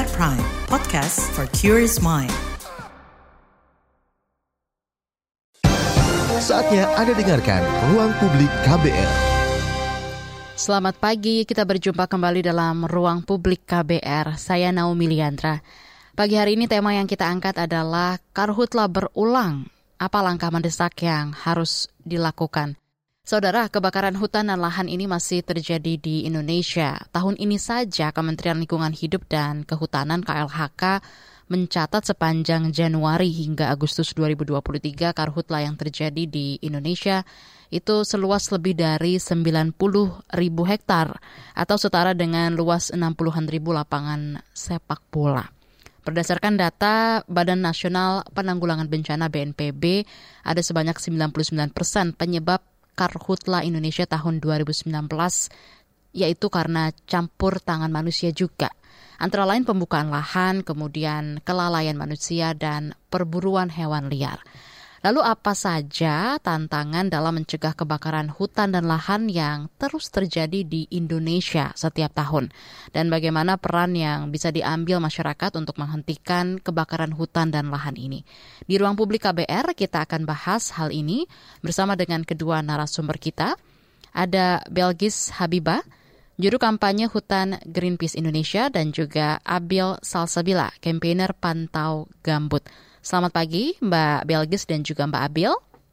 KBR Prime, podcast for curious mind. Saatnya Anda dengarkan Ruang Publik KBR. Selamat pagi, kita berjumpa kembali dalam Ruang Publik KBR. Saya Naomi Liandra. Pagi hari ini tema yang kita angkat adalah karhutla berulang. Apa langkah mendesak yang harus dilakukan? Saudara, kebakaran hutan dan lahan ini masih terjadi di Indonesia. Tahun ini saja Kementerian Lingkungan Hidup dan Kehutanan (KLHK) mencatat sepanjang Januari hingga Agustus 2023 karhutla yang terjadi di Indonesia itu seluas lebih dari 90.000 hektar atau setara dengan luas 60-an ribu lapangan sepak bola. Berdasarkan data Badan Nasional Penanggulangan Bencana BNPB, ada sebanyak 99% penyebab karhutla Indonesia tahun 2019, yaitu karena campur tangan manusia juga. Antara lain pembukaan lahan, kemudian kelalaian manusia, dan perburuan hewan liar. Lalu apa saja tantangan dalam mencegah kebakaran hutan dan lahan yang terus terjadi di Indonesia setiap tahun? Dan bagaimana peran yang bisa diambil masyarakat untuk menghentikan kebakaran hutan dan lahan ini? Di Ruang Publik KBR kita akan bahas hal ini bersama dengan kedua narasumber kita. Ada Belgis Habibah, Juru Kampanye Hutan Greenpeace Indonesia, dan juga Abil Salsabila, Campaigner Pantau Gambut. Selamat pagi Mbak Belgis dan juga Mbak Abil.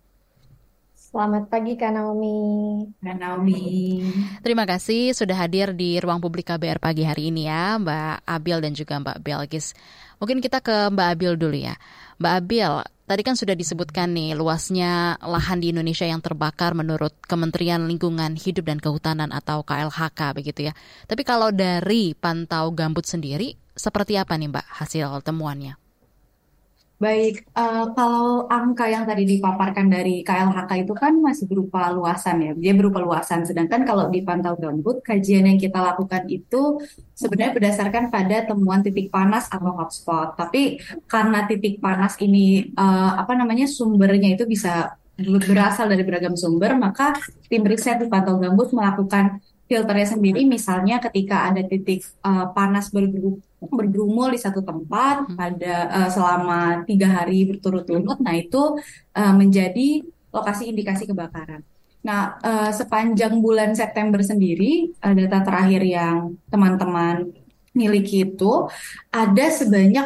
Selamat pagi Kak Naomi. Kak Naomi. Terima kasih sudah hadir di Ruang Publik KBR pagi hari ini ya Mbak Abil dan juga Mbak Belgis. Mungkin kita ke Mbak Abil dulu ya. Mbak Abil, tadi kan sudah disebutkan nih luasnya lahan di Indonesia yang terbakar menurut Kementerian Lingkungan Hidup dan Kehutanan atau KLHK begitu ya. Tapi kalau dari Pantau Gambut sendiri, seperti apa nih Mbak hasil temuannya? Baik, kalau angka yang tadi dipaparkan dari KLHK itu kan masih berupa luasan ya, dia berupa luasan. Sedangkan kalau di Pantau Gambut, kajian yang kita lakukan itu sebenarnya berdasarkan pada temuan titik panas atau hotspot. Tapi karena titik panas ini, sumbernya itu bisa berasal dari beragam sumber, maka tim riset di Pantau Gambut melakukan filternya sendiri. Misalnya ketika ada titik panas bergerumul di satu tempat pada selama 3 hari berturut-turut, nah itu menjadi lokasi indikasi kebakaran. Nah, sepanjang bulan September sendiri, data terakhir yang teman-teman miliki itu ada sebanyak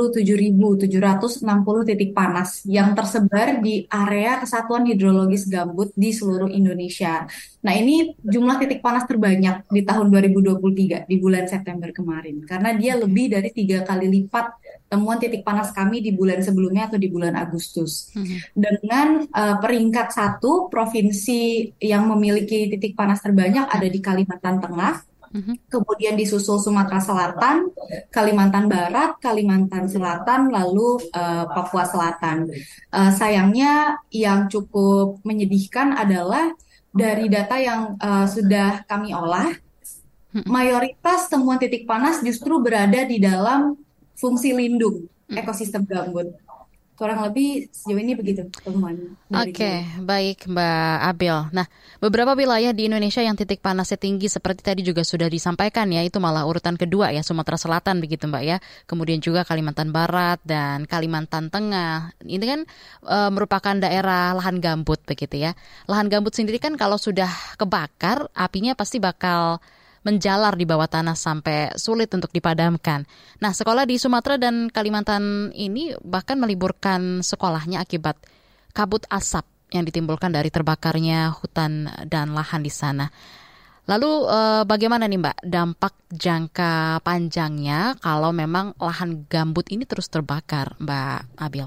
47.760 titik panas yang tersebar di area Kesatuan Hidrologis Gambut di seluruh Indonesia. Nah, ini jumlah titik panas terbanyak di tahun 2023 di bulan September kemarin karena dia lebih dari 3 kali lipat temuan titik panas kami di bulan sebelumnya atau di bulan Agustus. Dengan peringkat 1 provinsi yang memiliki titik panas terbanyak ada di Kalimantan Tengah. Kemudian disusul Sumatera Selatan, Kalimantan Barat, Kalimantan Selatan, lalu Papua Selatan. Sayangnya yang cukup menyedihkan adalah dari data yang sudah kami olah, mayoritas temuan titik panas justru berada di dalam fungsi lindung ekosistem gambut. Kurang lebih sejauh ini begitu temuan. Oke, baik Mbak Abil. Nah, beberapa wilayah di Indonesia yang titik panasnya tinggi seperti tadi juga sudah disampaikan ya, itu malah urutan kedua ya, Sumatera Selatan begitu Mbak ya. Kemudian juga Kalimantan Barat dan Kalimantan Tengah. Ini kan merupakan daerah lahan gambut begitu ya. Lahan gambut sendiri kan kalau sudah kebakar, apinya pasti bakal menjalar di bawah tanah sampai sulit untuk dipadamkan. Nah, sekolah di Sumatera dan Kalimantan ini bahkan meliburkan sekolahnya akibat kabut asap yang ditimbulkan dari terbakarnya hutan dan lahan di sana. Lalu bagaimana nih Mbak dampak jangka panjangnya kalau memang lahan gambut ini terus terbakar, Mbak Abil?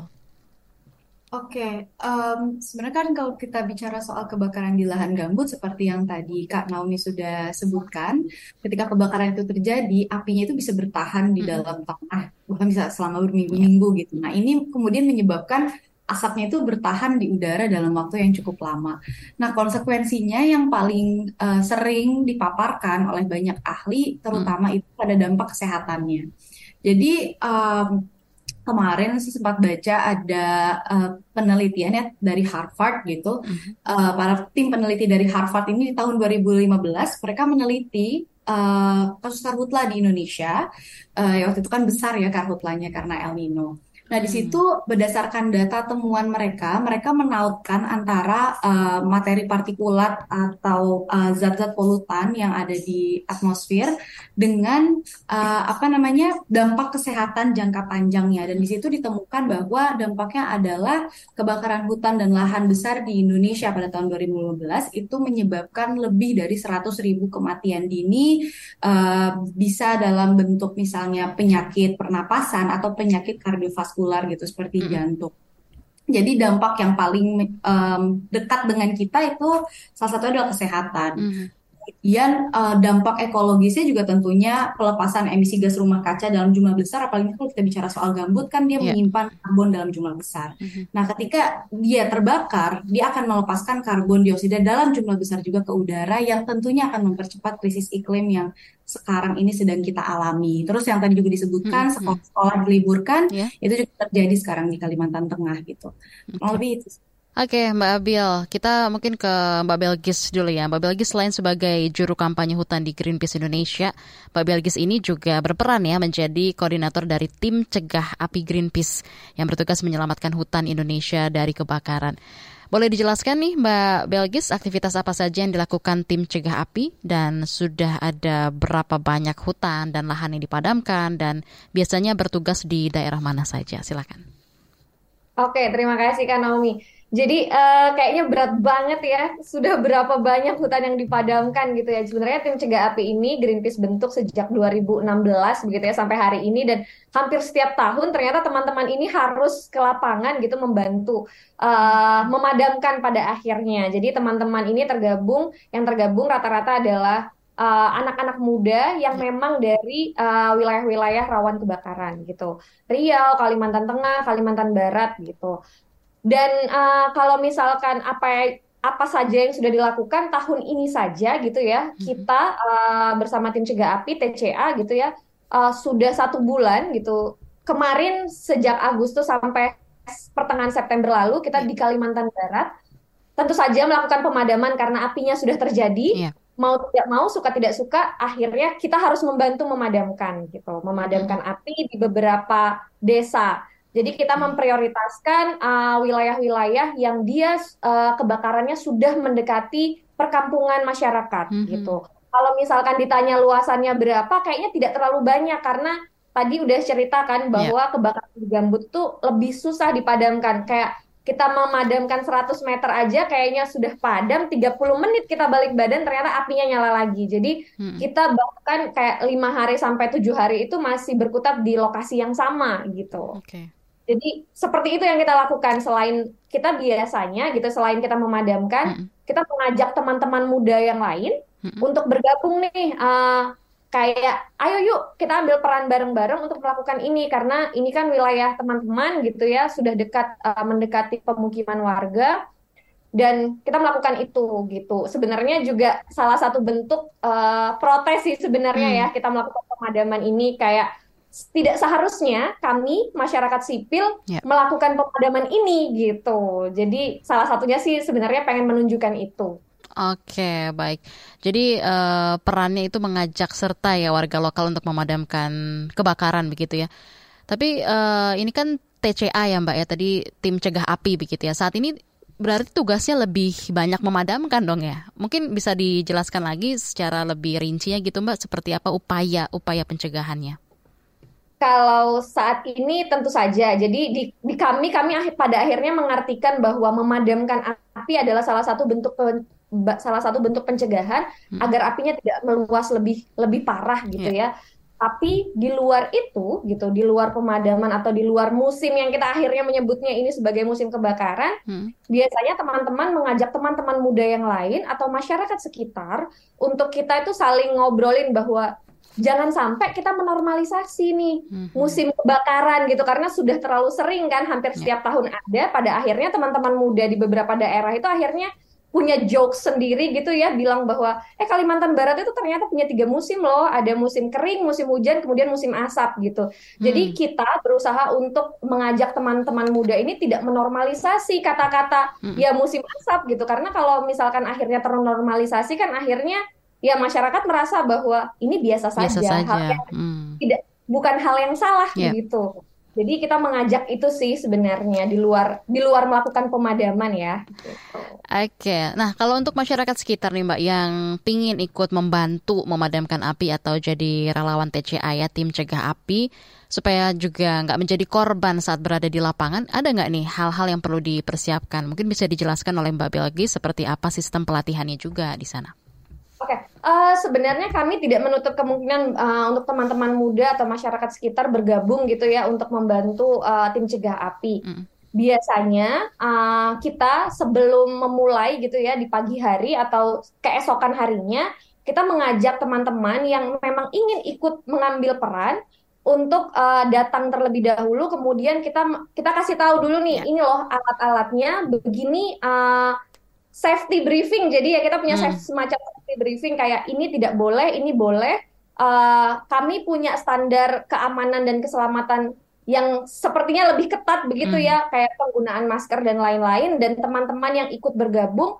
Oke, sebenarnya kan kalau kita bicara soal kebakaran di lahan gambut seperti yang tadi Kak Naomi sudah sebutkan, ketika kebakaran itu terjadi, apinya itu bisa bertahan di dalam tanah, bahkan bisa selama berminggu-minggu gitu. Nah, ini kemudian menyebabkan asapnya itu bertahan di udara dalam waktu yang cukup lama. Nah, konsekuensinya yang paling sering dipaparkan oleh banyak ahli, terutama itu pada dampak kesehatannya. Jadi, kemarin sih sempat baca ada penelitiannya dari Harvard gitu. Para tim peneliti dari Harvard ini di tahun 2015 mereka meneliti kasus karhutla di Indonesia. Waktu itu kan besar ya karhutlanya karena El Nino. Nah, di situ berdasarkan data temuan mereka, mereka menautkan antara materi partikulat atau zat-zat polutan yang ada di atmosfer dengan apa namanya dampak kesehatan jangka panjangnya. Dan di situ ditemukan bahwa dampaknya adalah kebakaran hutan dan lahan besar di Indonesia pada tahun 2015 itu menyebabkan lebih dari 100.000 kematian dini, bisa dalam bentuk misalnya penyakit pernapasan atau penyakit kardiovaskular gitu seperti jantung. Jadi dampak yang paling dekat dengan kita itu salah satunya adalah kesehatan. Kemudian dampak ekologisnya juga tentunya pelepasan emisi gas rumah kaca dalam jumlah besar, apalagi kalau kita bicara soal gambut kan dia menyimpan karbon dalam jumlah besar. Nah, ketika dia terbakar, dia akan melepaskan karbon dioksida dalam jumlah besar juga ke udara yang tentunya akan mempercepat krisis iklim yang sekarang ini sedang kita alami. Terus yang tadi juga disebutkan sekolah-sekolah diliburkan, itu juga terjadi sekarang di Kalimantan Tengah gitu. Kurang lebih itu. Oke, Mbak Abiel, kita mungkin ke Mbak Belgis dulu ya. Mbak Belgis selain sebagai juru kampanye hutan di Greenpeace Indonesia, Mbak Belgis ini juga berperan ya menjadi koordinator dari tim cegah api Greenpeace yang bertugas menyelamatkan hutan Indonesia dari kebakaran. Boleh dijelaskan nih Mbak Belgis aktivitas apa saja yang dilakukan tim cegah api dan sudah ada berapa banyak hutan dan lahan yang dipadamkan dan biasanya bertugas di daerah mana saja? Silakan. Oke, terima kasih Kak Naomi. Jadi kayaknya berat banget ya, sudah berapa banyak hutan yang dipadamkan gitu ya. Sebenarnya tim cegah api ini Greenpeace bentuk sejak 2016 begitu ya sampai hari ini, dan hampir setiap tahun ternyata teman-teman ini harus ke lapangan gitu membantu memadamkan pada akhirnya. Jadi teman-teman ini yang tergabung rata-rata adalah anak-anak muda yang memang dari wilayah-wilayah rawan kebakaran gitu. Riau, Kalimantan Tengah, Kalimantan Barat gitu. Dan kalau misalkan apa saja yang sudah dilakukan tahun ini saja gitu ya, kita bersama tim cegah api TCA gitu ya, sudah 1 bulan gitu. Kemarin sejak Agustus sampai pertengahan September lalu kita di Kalimantan Barat tentu saja melakukan pemadaman karena apinya sudah terjadi. Mau tidak mau, suka tidak suka, akhirnya kita harus membantu memadamkan gitu, memadamkan api di beberapa desa. Jadi kita memprioritaskan wilayah-wilayah yang dia kebakarannya sudah mendekati perkampungan masyarakat gitu. Kalau misalkan ditanya luasannya berapa, kayaknya tidak terlalu banyak karena tadi udah ceritakan bahwa kebakaran di gambut tuh lebih susah dipadamkan. Kayak kita memadamkan 100 meter aja kayaknya sudah padam, 30 menit kita balik badan ternyata apinya nyala lagi. Jadi kita bahkan kayak 5 hari sampai 7 hari itu masih berkutat di lokasi yang sama gitu. Jadi seperti itu yang kita lakukan. Selain kita biasanya gitu, selain kita memadamkan, kita mengajak teman-teman muda yang lain untuk bergabung nih. Kayak ayo yuk kita ambil peran bareng-bareng untuk melakukan ini, karena ini kan wilayah teman-teman gitu ya, sudah mendekati pemukiman warga, dan kita melakukan itu gitu. Sebenarnya juga salah satu bentuk protes sih sebenarnya ya, kita melakukan pemadaman ini. Kayak tidak seharusnya kami masyarakat sipil melakukan pemadaman ini gitu. Jadi salah satunya sih sebenarnya pengen menunjukkan itu. Oke, baik. Jadi perannya itu mengajak serta ya warga lokal untuk memadamkan kebakaran begitu ya. Tapi ini kan TCA ya Mbak ya, tadi tim cegah api begitu ya. Saat ini berarti tugasnya lebih banyak memadamkan dong ya. Mungkin bisa dijelaskan lagi secara lebih rincinya gitu Mbak, seperti apa upaya pencegahannya? Kalau saat ini tentu saja, jadi di kami pada akhirnya mengartikan bahwa memadamkan api adalah salah satu bentuk pencegahan agar apinya tidak meluas lebih parah gitu ya. Tapi di luar itu gitu, di luar pemadaman atau di luar musim yang kita akhirnya menyebutnya ini sebagai musim kebakaran, biasanya teman-teman mengajak teman-teman muda yang lain atau masyarakat sekitar untuk kita itu saling ngobrolin bahwa jangan sampai kita menormalisasi nih musim kebakaran gitu, karena sudah terlalu sering kan, hampir setiap tahun ada. Pada akhirnya teman-teman muda di beberapa daerah itu akhirnya punya jokes sendiri gitu ya, bilang bahwa Kalimantan Barat itu ternyata punya 3 musim loh, ada musim kering, musim hujan, kemudian musim asap gitu. Jadi kita berusaha untuk mengajak teman-teman muda ini tidak menormalisasi kata-kata ya musim asap gitu, karena kalau misalkan akhirnya ternormalisasi kan akhirnya ya masyarakat merasa bahwa ini biasa Biasa saja, hal saja. yang bukan hal yang salah Ya. begitu. Jadi kita mengajak itu sih sebenarnya di luar melakukan pemadaman ya. Gitu. Oke, nah kalau untuk masyarakat sekitar nih Mbak yang pingin ikut membantu memadamkan api atau jadi relawan TCA ya, tim cegah api, supaya juga nggak menjadi korban saat berada di lapangan, ada nggak nih hal-hal yang perlu dipersiapkan? Mungkin bisa dijelaskan oleh Mbak Belgi seperti apa sistem pelatihannya juga di sana. Oke, sebenarnya kami tidak menutup kemungkinan untuk teman-teman muda atau masyarakat sekitar bergabung gitu ya untuk membantu tim cegah api. Biasanya kita sebelum memulai gitu ya di pagi hari atau keesokan harinya, kita mengajak teman-teman yang memang ingin ikut mengambil peran untuk datang terlebih dahulu, kemudian kita kasih tahu dulu nih, Ya. ini loh alat-alatnya, begini safety briefing. Jadi ya kita punya semacam safety briefing kayak ini tidak boleh, ini boleh. Kami punya standar keamanan dan keselamatan yang sepertinya lebih ketat begitu ya, kayak penggunaan masker dan lain-lain. Dan teman-teman yang ikut bergabung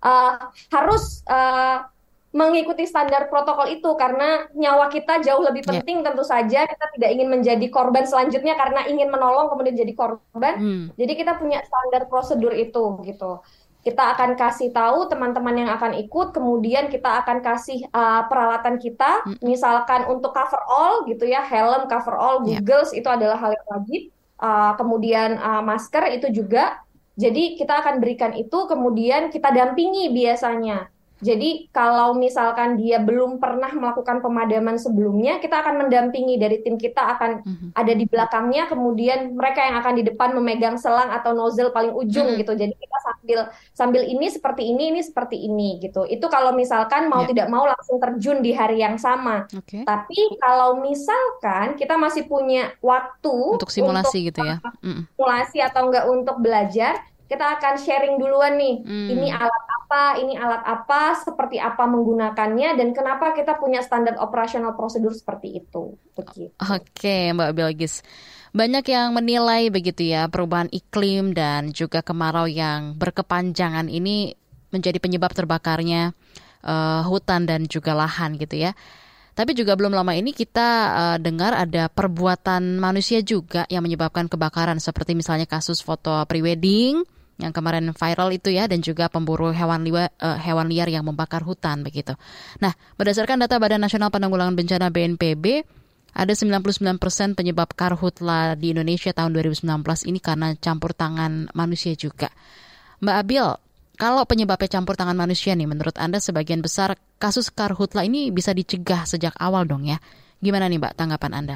harus mengikuti standar protokol itu karena nyawa kita jauh lebih penting. Tentu saja kita tidak ingin menjadi korban selanjutnya karena ingin menolong kemudian jadi korban. Jadi kita punya standar prosedur itu gitu. Kita akan kasih tahu teman-teman yang akan ikut, kemudian kita akan kasih peralatan kita, misalkan untuk cover all gitu ya, helm, cover all, goggles itu adalah hal yang wajib. Kemudian masker itu juga. Jadi kita akan berikan itu, kemudian kita dampingi biasanya. Jadi kalau misalkan dia belum pernah melakukan pemadaman sebelumnya, kita akan mendampingi dari tim kita akan ada di belakangnya, kemudian mereka yang akan di depan memegang selang atau nozzle paling ujung gitu. Jadi kita sambil ini seperti ini seperti ini gitu. Itu kalau misalkan mau tidak mau langsung terjun di hari yang sama. Tapi kalau misalkan kita masih punya waktu untuk simulasi gitu ya. Simulasi atau enggak untuk belajar, kita akan sharing duluan nih, ini alat apa, seperti apa menggunakannya, dan kenapa kita punya standar operasional prosedur seperti itu. Begitu. Oke, Mbak Belgis. Banyak yang menilai begitu ya, perubahan iklim dan juga kemarau yang berkepanjangan ini menjadi penyebab terbakarnya hutan dan juga lahan gitu ya. Tapi juga belum lama ini kita dengar ada perbuatan manusia juga yang menyebabkan kebakaran, seperti misalnya kasus foto prewedding yang kemarin viral itu ya, dan juga pemburu hewan liar yang membakar hutan begitu. Nah, berdasarkan data Badan Nasional Penanggulangan Bencana BNPB, ada 99% penyebab karhutla di Indonesia tahun 2019 ini karena campur tangan manusia juga. Mbak Abil, kalau penyebabnya campur tangan manusia nih, menurut Anda sebagian besar kasus karhutla ini bisa dicegah sejak awal dong ya? Gimana nih Mbak tanggapan Anda?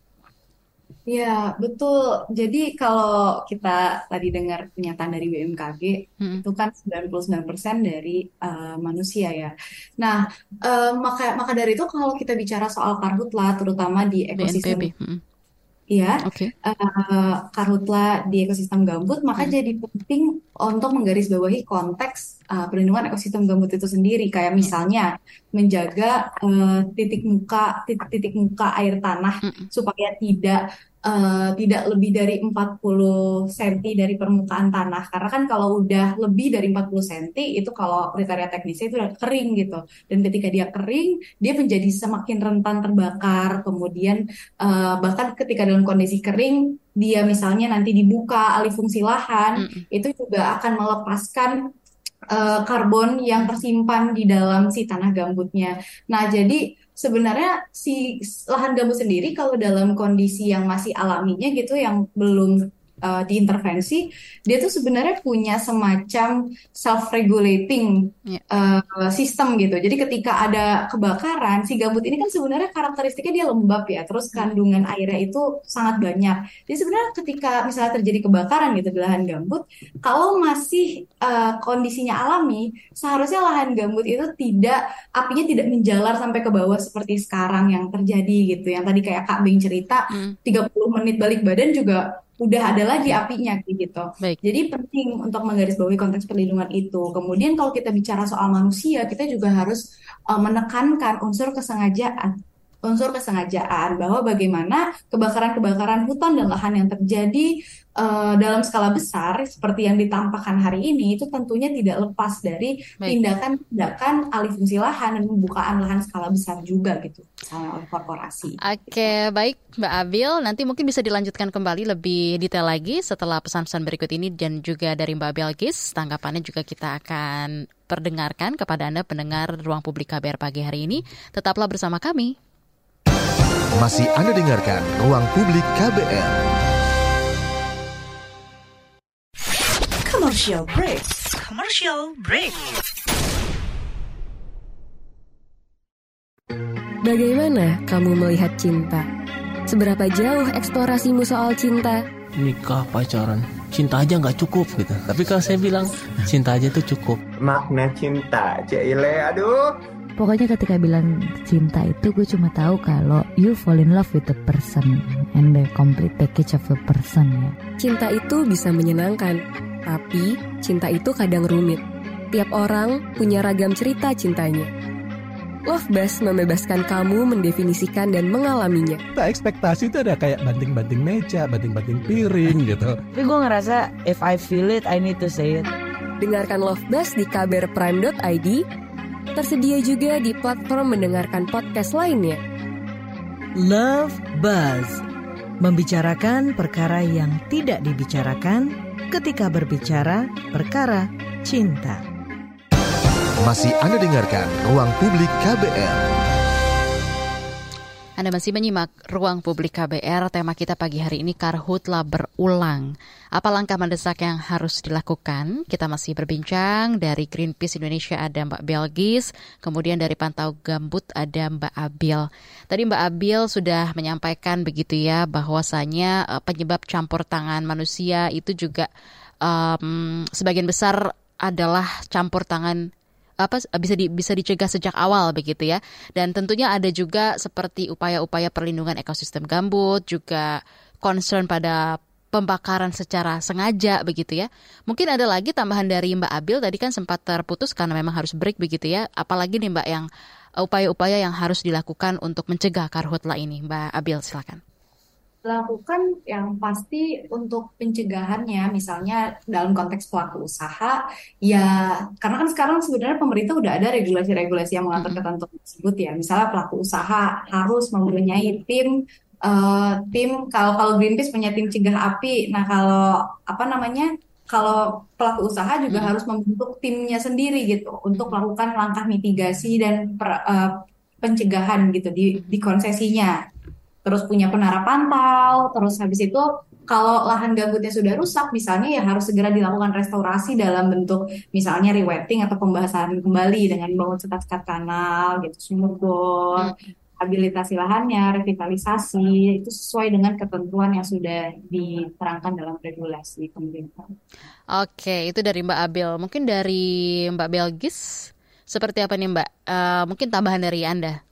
Ya, betul. Jadi kalau kita tadi dengar pernyataan dari BMKG, itu kan 99% dari manusia ya. Nah, maka dari itu kalau kita bicara soal karhutla, terutama di ekosistem BNPB. ya, karhutla di ekosistem gambut, maka jadi penting untuk menggarisbawahi konteks perlindungan ekosistem gambut itu sendiri. Kayak misalnya menjaga titik muka air tanah supaya tidak lebih dari 40 cm dari permukaan tanah. Karena kan kalau udah lebih dari 40 cm, itu kalau kriteria teknisnya itu udah kering gitu. Dan ketika dia kering, dia menjadi semakin rentan terbakar. Kemudian bahkan ketika dalam kondisi kering, dia misalnya nanti dibuka alih fungsi lahan, itu juga akan melepaskan karbon yang tersimpan di dalam si tanah gambutnya. Nah, jadi sebenarnya si lahan gambut sendiri kalau dalam kondisi yang masih alaminya gitu, yang belum diintervensi, dia tuh sebenarnya punya semacam self-regulating sistem gitu. Jadi ketika ada kebakaran, si gambut ini kan sebenarnya karakteristiknya dia lembab ya, terus kandungan airnya itu sangat banyak. Jadi sebenarnya ketika misalnya terjadi kebakaran gitu di lahan gambut, kalau masih kondisinya alami, seharusnya lahan gambut itu apinya tidak menjalar sampai ke bawah seperti sekarang yang terjadi gitu. Yang tadi kayak Kak Bing cerita, 30 menit balik badan juga udah ada lagi apinya gitu. Baik. Jadi penting untuk menggarisbawahi konteks perlindungan itu. Kemudian kalau kita bicara soal manusia, kita juga harus menekankan unsur kesengajaan. unsur kesengajaan, bahwa bagaimana kebakaran-kebakaran hutan dan lahan yang terjadi dalam skala besar seperti yang ditampakkan hari ini itu tentunya tidak lepas dari Baik. tindakan alih fungsi lahan dan pembukaan lahan skala besar juga gitu, misalnya oleh korporasi. Oke, baik Mbak Abil, nanti mungkin bisa dilanjutkan kembali lebih detail lagi setelah pesan-pesan berikut ini dan juga dari Mbak Belgis. Tanggapannya juga kita akan perdengarkan kepada Anda pendengar Ruang Publik KBR pagi hari ini. Tetaplah bersama kami. Masih Anda dengarkan Ruang Publik KBR. Commercial break. Commercial break. Bagaimana kamu melihat cinta? Seberapa jauh eksplorasimu soal cinta? Nikah, pacaran, cinta aja nggak cukup gitu. Tapi kalau saya bilang cinta aja tuh cukup. Makna cinta, Cile, aduh. Pokoknya ketika bilang cinta itu gue cuma tahu kalau you fall in love with the person and the complete package of the person ya. Cinta itu bisa menyenangkan, tapi cinta itu kadang rumit. Tiap orang punya ragam cerita cintanya. Love Buzz membebaskan kamu mendefinisikan dan mengalaminya. Ekspektasi itu ada kayak banting-banting meja, banting-banting piring gitu. Tapi gue ngerasa if I feel it, I need to say it. Dengarkan Love Buzz di kbrprime.id. Tersedia juga di platform mendengarkan podcast lainnya. Love Buzz. Membicarakan perkara yang tidak dibicarakan ketika berbicara perkara cinta. Masih Anda dengarkan Ruang Publik KBR. Anda masih menyimak Ruang Publik KBR. Tema kita pagi hari ini karhutla berulang. Apa langkah mendesak yang harus dilakukan? Kita masih berbincang. Dari Greenpeace Indonesia ada Mbak Belgis, kemudian dari Pantau Gambut ada Mbak Abil. Tadi Mbak Abil sudah menyampaikan begitu ya, bahwasanya penyebab campur tangan manusia itu juga sebagian besar adalah campur tangan bisa dicegah sejak awal begitu ya. Dan tentunya ada juga seperti upaya-upaya perlindungan ekosistem gambut, juga concern pada pembakaran secara sengaja begitu ya. Mungkin ada lagi tambahan dari Mbak Abil, tadi kan sempat terputus karena memang harus break begitu ya. Apalagi nih Mbak yang upaya-upaya yang harus dilakukan untuk mencegah karhutla ini. Mbak Abil silakan. Lakukan yang pasti untuk pencegahannya, misalnya dalam konteks pelaku usaha, ya karena kan sekarang sebenarnya pemerintah udah ada regulasi-regulasi yang mengatur ketentuan tersebut ya. Misalnya pelaku usaha harus mempunyai tim kalau Greenpeace punya tim cegah api. Nah kalau pelaku usaha juga harus membentuk timnya sendiri gitu untuk melakukan langkah mitigasi dan pencegahan gitu di konsesinya. Terus punya penara pantau, terus habis itu kalau lahan gambutnya sudah rusak misalnya ya harus segera dilakukan restorasi dalam bentuk misalnya rewetting atau pembahasan kembali dengan membangun sekat-sekat kanal gitu, sumur bor, rehabilitasi lahannya, revitalisasi, itu sesuai dengan ketentuan yang sudah diterangkan dalam regulasi pemerintah. Oke, itu dari Mbak Abil. Mungkin dari Mbak Belgis, seperti apa nih Mbak? Mungkin tambahan dari Anda.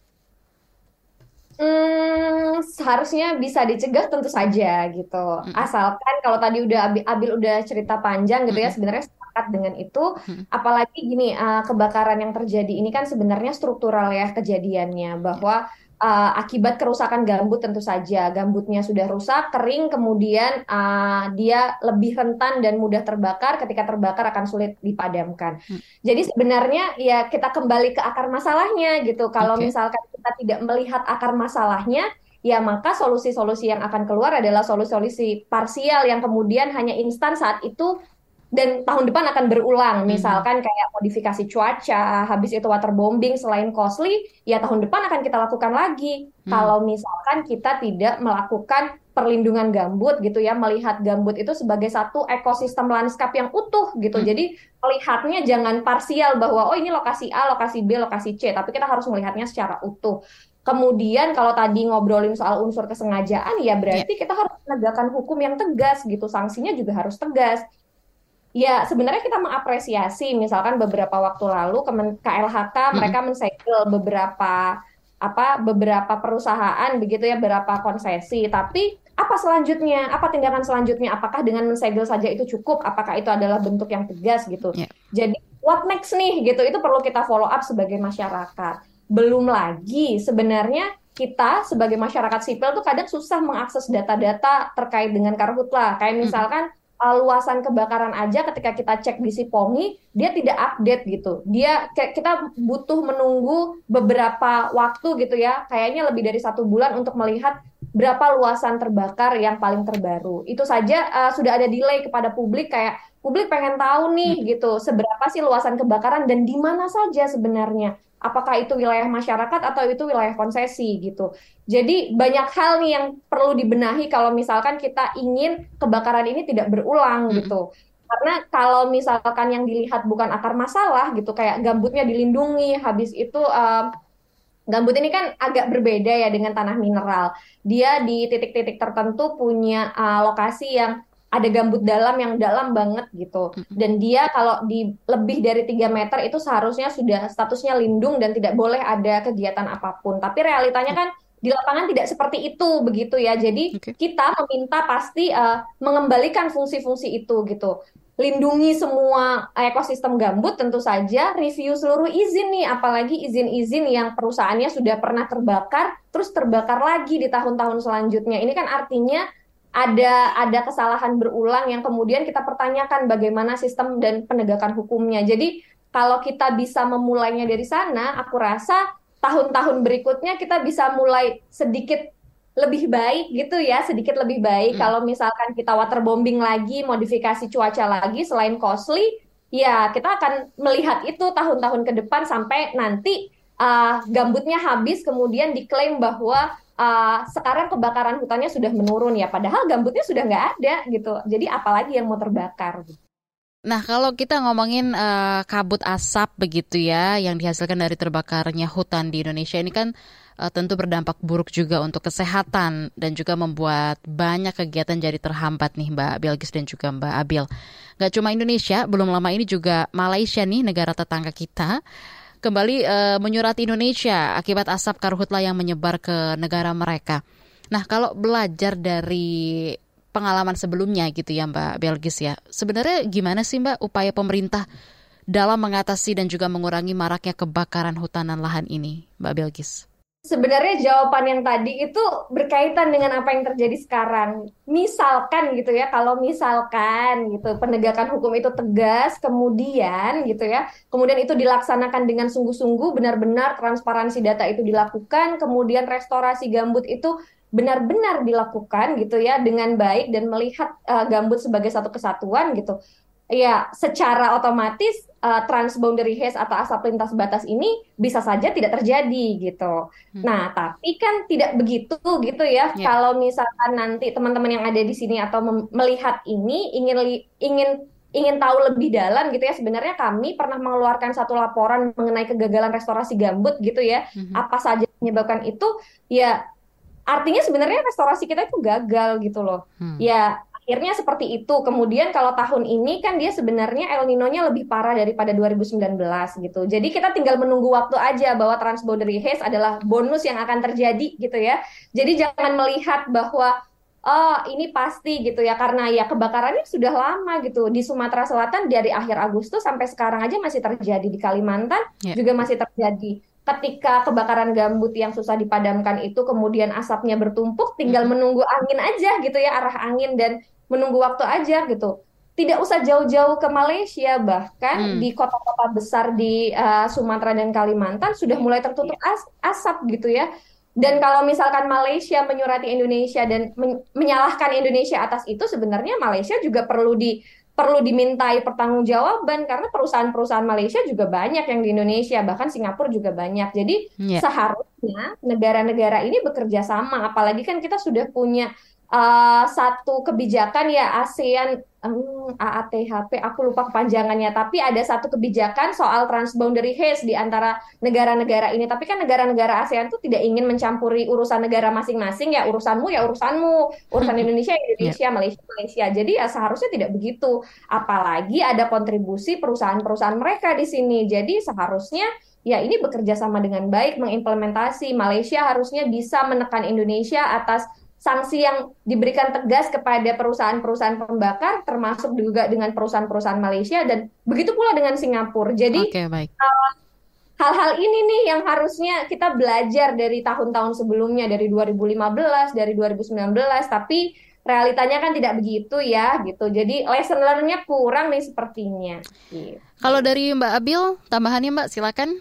Seharusnya bisa dicegah tentu saja gitu. Asalkan kalau tadi Abil udah cerita panjang gitu ya, sebenarnya sepakat dengan itu. Apalagi gini, kebakaran yang terjadi ini kan sebenarnya struktural ya kejadiannya, bahwa akibat kerusakan gambut tentu saja. Gambutnya sudah rusak, kering, kemudian dia lebih rentan dan mudah terbakar. Ketika terbakar akan sulit dipadamkan. Jadi sebenarnya ya kita kembali ke akar masalahnya gitu. Kalau misalkan kita tidak melihat akar masalahnya, ya maka solusi-solusi yang akan keluar adalah solusi-solusi parsial yang kemudian hanya instan saat itu dan tahun depan akan berulang. Misalkan kayak modifikasi cuaca, habis itu waterbombing, selain costly, ya tahun depan akan kita lakukan lagi. Kalau misalkan kita tidak melakukan perlindungan gambut gitu ya, melihat gambut itu sebagai satu ekosistem lanskap yang utuh gitu. Jadi melihatnya jangan parsial bahwa oh ini lokasi A, lokasi B, lokasi C, tapi kita harus melihatnya secara utuh. Kemudian kalau tadi ngobrolin soal unsur kesengajaan, ya berarti kita harus menegakkan hukum yang tegas gitu, sanksinya juga harus tegas. Ya, sebenarnya kita mengapresiasi misalkan beberapa waktu lalu KLHK mereka mensegel beberapa perusahaan begitu ya, beberapa konsesi. Tapi apa selanjutnya? Apa tindakan selanjutnya? Apakah dengan mensegel saja itu cukup? Apakah itu adalah bentuk yang tegas gitu? Jadi what next nih gitu? Itu perlu kita follow up sebagai masyarakat. Belum lagi sebenarnya kita sebagai masyarakat sipil tuh kadang susah mengakses data-data terkait dengan karhutla. Kayak misalkan luasan kebakaran aja ketika kita cek di Sipongi, dia tidak update gitu. Kita butuh menunggu beberapa waktu gitu ya, kayaknya lebih dari 1 bulan untuk melihat berapa luasan terbakar yang paling terbaru. Itu saja sudah ada delay kepada publik, kayak publik pengen tahu nih gitu, seberapa sih luasan kebakaran dan di mana saja sebenarnya. Apakah itu wilayah masyarakat atau itu wilayah konsesi gitu. Jadi banyak hal nih yang perlu dibenahi kalau misalkan kita ingin kebakaran ini tidak berulang gitu. Karena kalau misalkan yang dilihat bukan akar masalah gitu, kayak gambutnya dilindungi, habis itu gambut ini kan agak berbeda ya dengan tanah mineral. Dia di titik-titik tertentu punya lokasi yang ada gambut dalam yang dalam banget gitu. Dan dia kalau di lebih dari 3 meter itu seharusnya sudah statusnya lindung dan tidak boleh ada kegiatan apapun. Tapi realitanya kan di lapangan tidak seperti itu begitu ya. Jadi kita meminta pasti mengembalikan fungsi-fungsi itu gitu. Lindungi semua ekosistem gambut tentu saja, review seluruh izin nih, apalagi izin-izin yang perusahaannya sudah pernah terbakar, terus terbakar lagi di tahun-tahun selanjutnya. Ini kan artinya ada kesalahan berulang yang kemudian kita pertanyakan bagaimana sistem dan penegakan hukumnya. Jadi kalau kita bisa memulainya dari sana, aku rasa tahun-tahun berikutnya kita bisa mulai sedikit lebih baik gitu ya, sedikit lebih baik. Kalau misalkan kita waterbombing lagi, modifikasi cuaca lagi selain costly, ya kita akan melihat itu tahun-tahun ke depan sampai nanti gambutnya habis kemudian diklaim bahwa sekarang kebakaran hutannya sudah menurun ya, padahal gambutnya sudah nggak ada gitu. Jadi apalagi yang mau terbakar. Nah, kalau kita ngomongin kabut asap begitu ya, yang dihasilkan dari terbakarnya hutan di Indonesia ini kan tentu berdampak buruk juga untuk kesehatan dan juga membuat banyak kegiatan jadi terhambat nih Mbak Belgis dan juga Mbak Abil. Gak cuma Indonesia, belum lama ini juga Malaysia nih, negara tetangga kita, kembali menyurati Indonesia akibat asap karhutla yang menyebar ke negara mereka. Nah, kalau belajar dari pengalaman sebelumnya gitu ya Mbak Belgis ya, sebenarnya gimana sih Mbak upaya pemerintah dalam mengatasi dan juga mengurangi maraknya kebakaran hutan dan lahan ini, Mbak Belgis? Sebenarnya jawaban yang tadi itu berkaitan dengan apa yang terjadi sekarang. Misalkan gitu ya, kalau misalkan gitu penegakan hukum itu tegas, kemudian gitu ya, kemudian itu dilaksanakan dengan sungguh-sungguh, benar-benar transparansi data itu dilakukan, kemudian restorasi gambut itu benar-benar dilakukan gitu ya dengan baik dan melihat gambut sebagai satu kesatuan gitu. Ya, secara otomatis transboundary haze atau asap lintas batas ini bisa saja tidak terjadi gitu. Nah, tapi kan tidak begitu gitu ya. Kalau misalkan nanti teman-teman yang ada di sini atau melihat ini ingin tahu lebih dalam gitu ya, sebenarnya kami pernah mengeluarkan satu laporan mengenai kegagalan restorasi gambut gitu ya. Apa saja yang menyebabkan itu? Ya, artinya sebenarnya restorasi kita itu gagal gitu loh. Ya, akhirnya seperti itu. Kemudian kalau tahun ini kan dia sebenarnya El Nino-nya lebih parah daripada 2019 gitu. Jadi kita tinggal menunggu waktu aja bahwa transboundary haze adalah bonus yang akan terjadi gitu ya. Jadi jangan melihat bahwa ini pasti gitu ya, karena ya kebakarannya sudah lama gitu. Di Sumatera Selatan dari akhir Agustus sampai sekarang aja masih terjadi, di Kalimantan juga masih terjadi. Ketika kebakaran gambut yang susah dipadamkan itu kemudian asapnya bertumpuk, tinggal menunggu angin aja gitu ya, arah angin, dan menunggu waktu aja gitu. Tidak usah jauh-jauh ke Malaysia, bahkan di kota-kota besar di Sumatera dan Kalimantan sudah mulai tertutup asap gitu ya. Dan kalau misalkan Malaysia menyurati Indonesia dan menyalahkan Indonesia atas itu, sebenarnya Malaysia juga perlu dimintai pertanggungjawaban, karena perusahaan-perusahaan Malaysia juga banyak yang di Indonesia, bahkan Singapura juga banyak. Jadi seharusnya negara-negara ini bekerja sama, apalagi kan kita sudah punya satu kebijakan ya, ASEAN AATHP, aku lupa kepanjangannya, tapi ada satu kebijakan soal transboundary haze di antara negara-negara ini. Tapi kan negara-negara ASEAN tuh tidak ingin mencampuri urusan negara masing-masing, ya urusanmu ya urusanmu, urusan Indonesia Malaysia. Jadi ya seharusnya tidak begitu. Apalagi ada kontribusi perusahaan-perusahaan mereka di sini. Jadi seharusnya ya ini bekerja sama dengan baik mengimplementasi. Malaysia harusnya bisa menekan Indonesia atas sanksi yang diberikan tegas kepada perusahaan-perusahaan pembakar, termasuk juga dengan perusahaan-perusahaan Malaysia, dan begitu pula dengan Singapura. Jadi hal-hal ini nih yang harusnya kita belajar dari tahun-tahun sebelumnya, dari 2015, dari 2019, tapi realitanya kan tidak begitu ya gitu. Jadi lesson learn-nya kurang nih sepertinya. Gitu. Kalau dari Mbak Abil, tambahannya Mbak, silakan.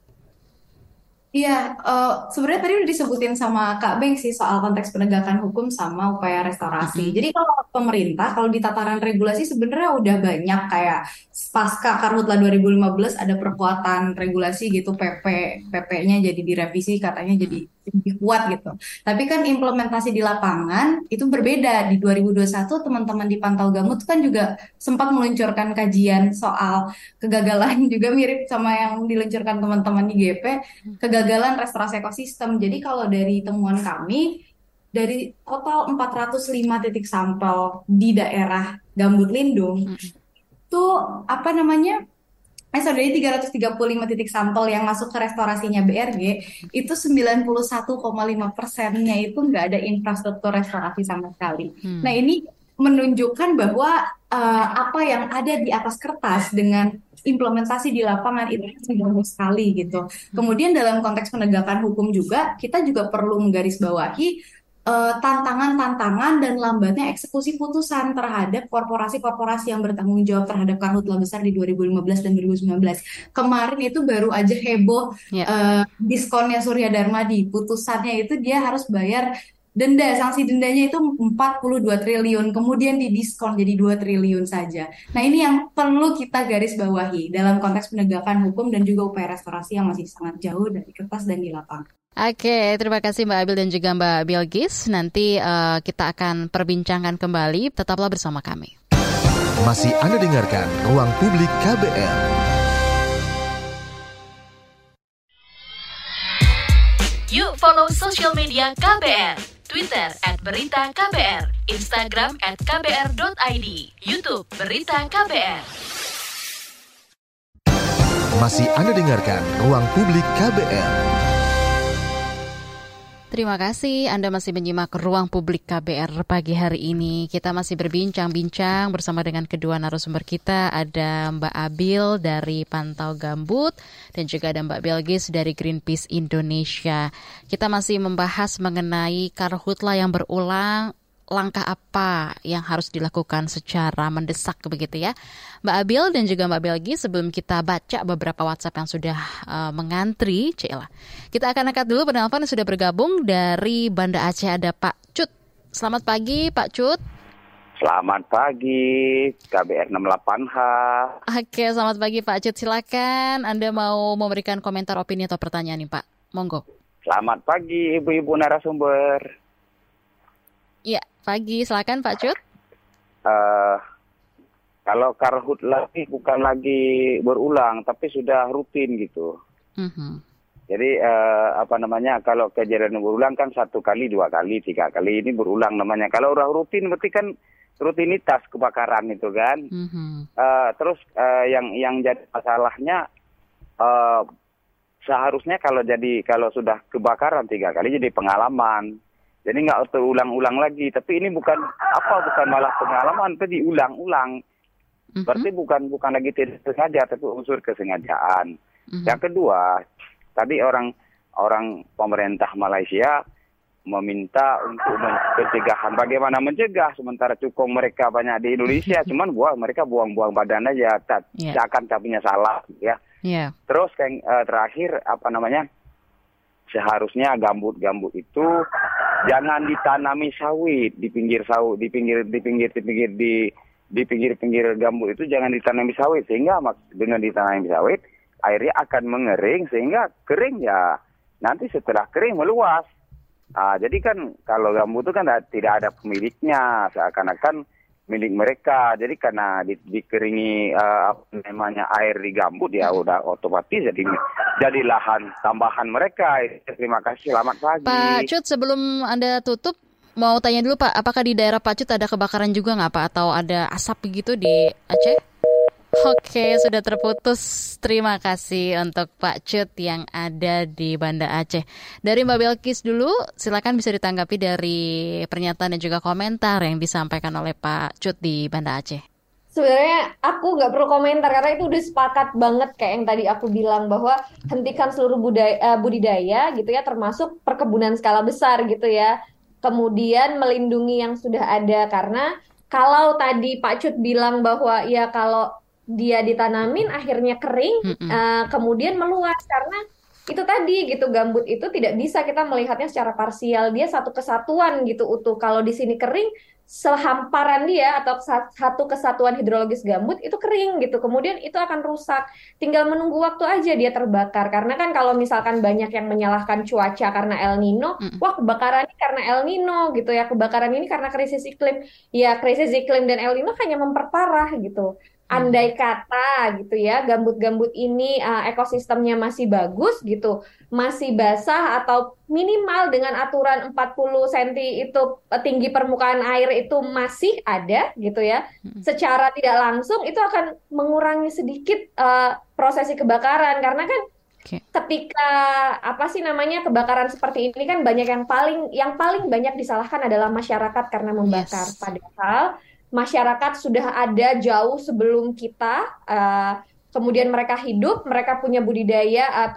Iya, sebenarnya tadi udah disebutin sama Kak Beng sih soal konteks penegakan hukum sama upaya restorasi. Jadi kalau pemerintah, kalau di tataran regulasi sebenarnya udah banyak kayak pasca Karhutla 2015 ada perkuatan regulasi gitu, PP-nya jadi direvisi katanya jadi lebih kuat gitu. Tapi kan implementasi di lapangan itu berbeda. Di 2021 teman-teman di Pantau Gambut kan juga sempat meluncurkan kajian soal kegagalan juga mirip sama yang diluncurkan teman-teman di GP, kegagalan restorasi ekosistem. Jadi kalau dari temuan kami, dari total 405 titik sampel di daerah gambut lindung, itu dari 335 titik sampel yang masuk ke restorasinya BRG, itu 91,5%-nya itu nggak ada infrastruktur restorasi sama sekali. Nah, ini menunjukkan bahwa apa yang ada di atas kertas dengan implementasi di lapangan itu jauh sekali gitu. Kemudian dalam konteks penegakan hukum juga, kita juga perlu menggarisbawahi tantangan-tantangan dan lambatnya eksekusi putusan terhadap korporasi-korporasi yang bertanggung jawab terhadap karhutla besar di 2015 dan 2019. Kemarin itu baru aja heboh diskonnya Surya Darmadi. Putusannya itu dia harus bayar denda, sanksi dendanya itu 42 triliun, kemudian didiskon jadi 2 triliun saja. Nah, ini yang perlu kita garis bawahi dalam konteks penegakan hukum dan juga upaya restorasi yang masih sangat jauh dari kertas dan di lapangan. Oke, terima kasih Mbak Abil dan juga Mbak Bilgis. Nanti kita akan perbincangkan kembali. Tetaplah bersama kami. Masih Anda dengarkan Ruang Publik KBR. Yuk follow social media KBR. Twitter @beritaKBR, Instagram @kbr.id, YouTube Berita KBR. Masih Anda dengarkan Ruang Publik KBR. Terima kasih Anda masih menyimak Ruang Publik KBR pagi hari ini. Kita masih berbincang-bincang bersama dengan kedua narasumber kita. Ada Mbak Abil dari Pantau Gambut dan juga ada Mbak Bilgis dari Greenpeace Indonesia. Kita masih membahas mengenai karhutla yang berulang. Langkah apa yang harus dilakukan secara mendesak begitu ya Mbak Abil dan juga Mbak Belgi. Sebelum kita baca beberapa WhatsApp yang sudah mengantri, Cila, kita akan angkat dulu penelpon yang sudah bergabung. Dari Banda Aceh ada Pak Cut. Selamat pagi Pak Cut. Selamat pagi KBR 68H. Oke, selamat pagi Pak Cut. Silakan Anda mau memberikan komentar, opini atau pertanyaan nih Pak. Monggo. Selamat pagi ibu-ibu narasumber. Iya, pagi. Silakan Pak Cut. Kalau karhutla bukan lagi berulang, tapi sudah rutin gitu. Jadi kalau kejadian berulang kan 1 kali, 2 kali, 3 kali, ini berulang namanya. Kalau udah rutin berarti kan rutinitas kebakaran itu kan. Terus yang jadi masalahnya seharusnya kalau sudah kebakaran 3 kali jadi pengalaman. Jadi nggak terulang-ulang lagi. Tapi ini bukan malah pengalaman, tapi diulang-ulang. Berarti bukan lagi tidak sengaja, tapi unsur kesengajaan. Yang kedua, tadi orang pemerintah Malaysia meminta untuk pencegahan. Bagaimana mencegah? Sementara cukong mereka banyak di Indonesia, cuman mereka buang-buang badan aja, seakan tak punya salah, ya. Terus terakhir seharusnya gambut-gambut itu jangan ditanami sawit di pinggir gambut itu jangan ditanami sawit, sehingga dengan ditanami sawit airnya akan mengering sehingga kering ya. Nanti setelah kering meluas. Jadi kan kalau gambut itu kan tidak ada pemiliknya, seakan-akan milik mereka. Jadi karena dikeringi air di gambut ya udah otomatis jadi lahan tambahan mereka. Terima kasih, selamat pagi. Pak Cut, sebelum Anda tutup mau tanya dulu Pak, apakah di daerah Pak Cut ada kebakaran juga nggak Pak, atau ada asap begitu di Aceh? Oke, sudah terputus. Terima kasih untuk Pak Cut yang ada di Banda Aceh. Dari Mbak Belkis dulu, silakan bisa ditanggapi dari pernyataan dan juga komentar yang disampaikan oleh Pak Cut di Banda Aceh. Sebenarnya aku nggak perlu komentar karena itu udah sepakat banget kayak yang tadi aku bilang bahwa hentikan seluruh budidaya gitu ya, termasuk perkebunan skala besar gitu ya. Kemudian melindungi yang sudah ada, karena kalau tadi Pak Cut bilang bahwa ya kalau dia ditanamin akhirnya kering, kemudian meluas karena itu tadi gitu, gambut itu tidak bisa kita melihatnya secara parsial, dia satu kesatuan gitu utuh. Kalau di sini kering, sehamparan dia atau satu kesatuan hidrologis gambut itu kering gitu, kemudian itu akan rusak, tinggal menunggu waktu aja dia terbakar. Karena kan kalau misalkan banyak yang menyalahkan cuaca karena El Nino, wah kebakaran ini karena El Nino gitu ya, kebakaran ini karena krisis iklim. Ya krisis iklim dan El Nino hanya memperparah gitu. Andai kata gitu ya, gambut-gambut ini ekosistemnya masih bagus gitu, masih basah atau minimal dengan aturan 40 cm itu tinggi permukaan air itu masih ada gitu ya. Secara tidak langsung itu akan mengurangi sedikit prosesi kebakaran, karena kan ketika apa sih namanya kebakaran seperti ini kan banyak yang paling banyak disalahkan adalah masyarakat karena membakar. Padahal masyarakat sudah ada jauh sebelum kita, kemudian mereka hidup, mereka punya budaya,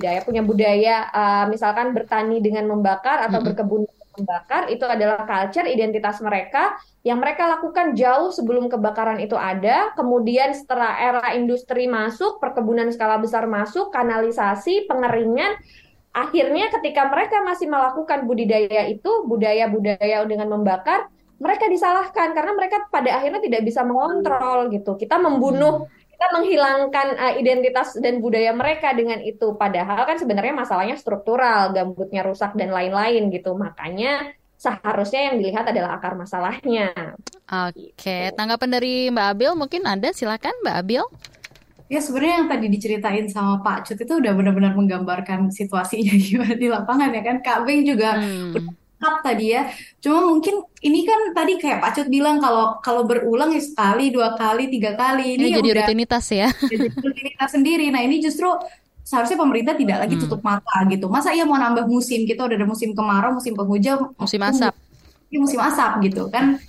misalkan bertani dengan membakar atau berkebun dengan membakar, itu adalah culture, identitas mereka yang mereka lakukan jauh sebelum kebakaran itu ada. Kemudian setelah era industri masuk, perkebunan skala besar masuk, kanalisasi, pengeringan, akhirnya ketika mereka masih melakukan budidaya itu, budaya-budaya dengan membakar, mereka disalahkan karena mereka pada akhirnya tidak bisa mengontrol gitu. Kita menghilangkan identitas dan budaya mereka dengan itu. Padahal kan sebenarnya masalahnya struktural, gambutnya rusak dan lain-lain gitu. Makanya seharusnya yang dilihat adalah akar masalahnya. Oke, tanggapan dari Mbak Abil mungkin ada, silakan Mbak Abil. Ya sebenarnya yang tadi diceritain sama Pak Cut itu udah benar-benar menggambarkan situasinya gimana di lapangan ya kan. Kak Beng juga tadi ya. Cuma mungkin ini kan tadi kayak Pak Cut bilang kalau berulang ya sekali, 2 kali, 3 kali. Ini jadi udah rutinitas ya. Jadi rutinitas sendiri. Nah ini justru seharusnya pemerintah tidak lagi tutup mata gitu. Masa ia mau nambah musim? Kita udah ada musim kemarau, musim penghujan, musim asap. Musim asap gitu kan.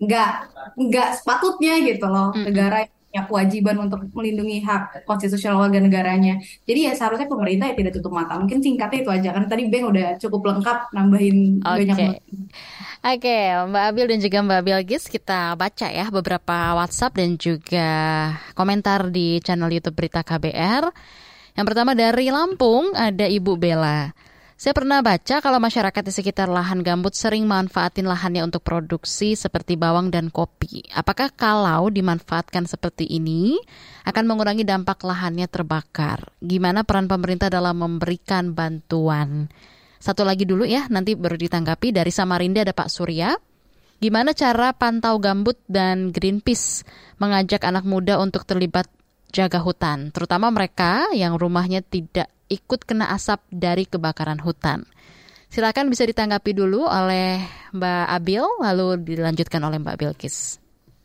Nggak sepatutnya gitu loh. Negara punya kewajiban untuk melindungi hak konstitusional warga negaranya. Jadi ya seharusnya pemerintah ya tidak tutup mata. Mungkin singkatnya itu aja. Kan tadi Beng udah cukup lengkap nambahin banyak banget. Oke, Mbak Abil dan juga Mbak Bilgis, kita baca ya beberapa WhatsApp dan juga komentar di channel YouTube Berita KBR. Yang pertama dari Lampung, ada Ibu Bella. Saya pernah baca kalau masyarakat di sekitar lahan gambut sering manfaatin lahannya untuk produksi seperti bawang dan kopi. Apakah kalau dimanfaatkan seperti ini akan mengurangi dampak lahannya terbakar? Gimana peran pemerintah dalam memberikan bantuan? Satu lagi dulu ya, nanti baru ditanggapi. Dari Samarinda ada Pak Surya. Gimana cara pantau gambut dan Greenpeace mengajak anak muda untuk terlibat jaga hutan, terutama mereka yang rumahnya tidak ikut kena asap dari kebakaran hutan? Silakan bisa ditanggapi dulu oleh Mbak Abil, lalu dilanjutkan oleh Mbak Bilkis.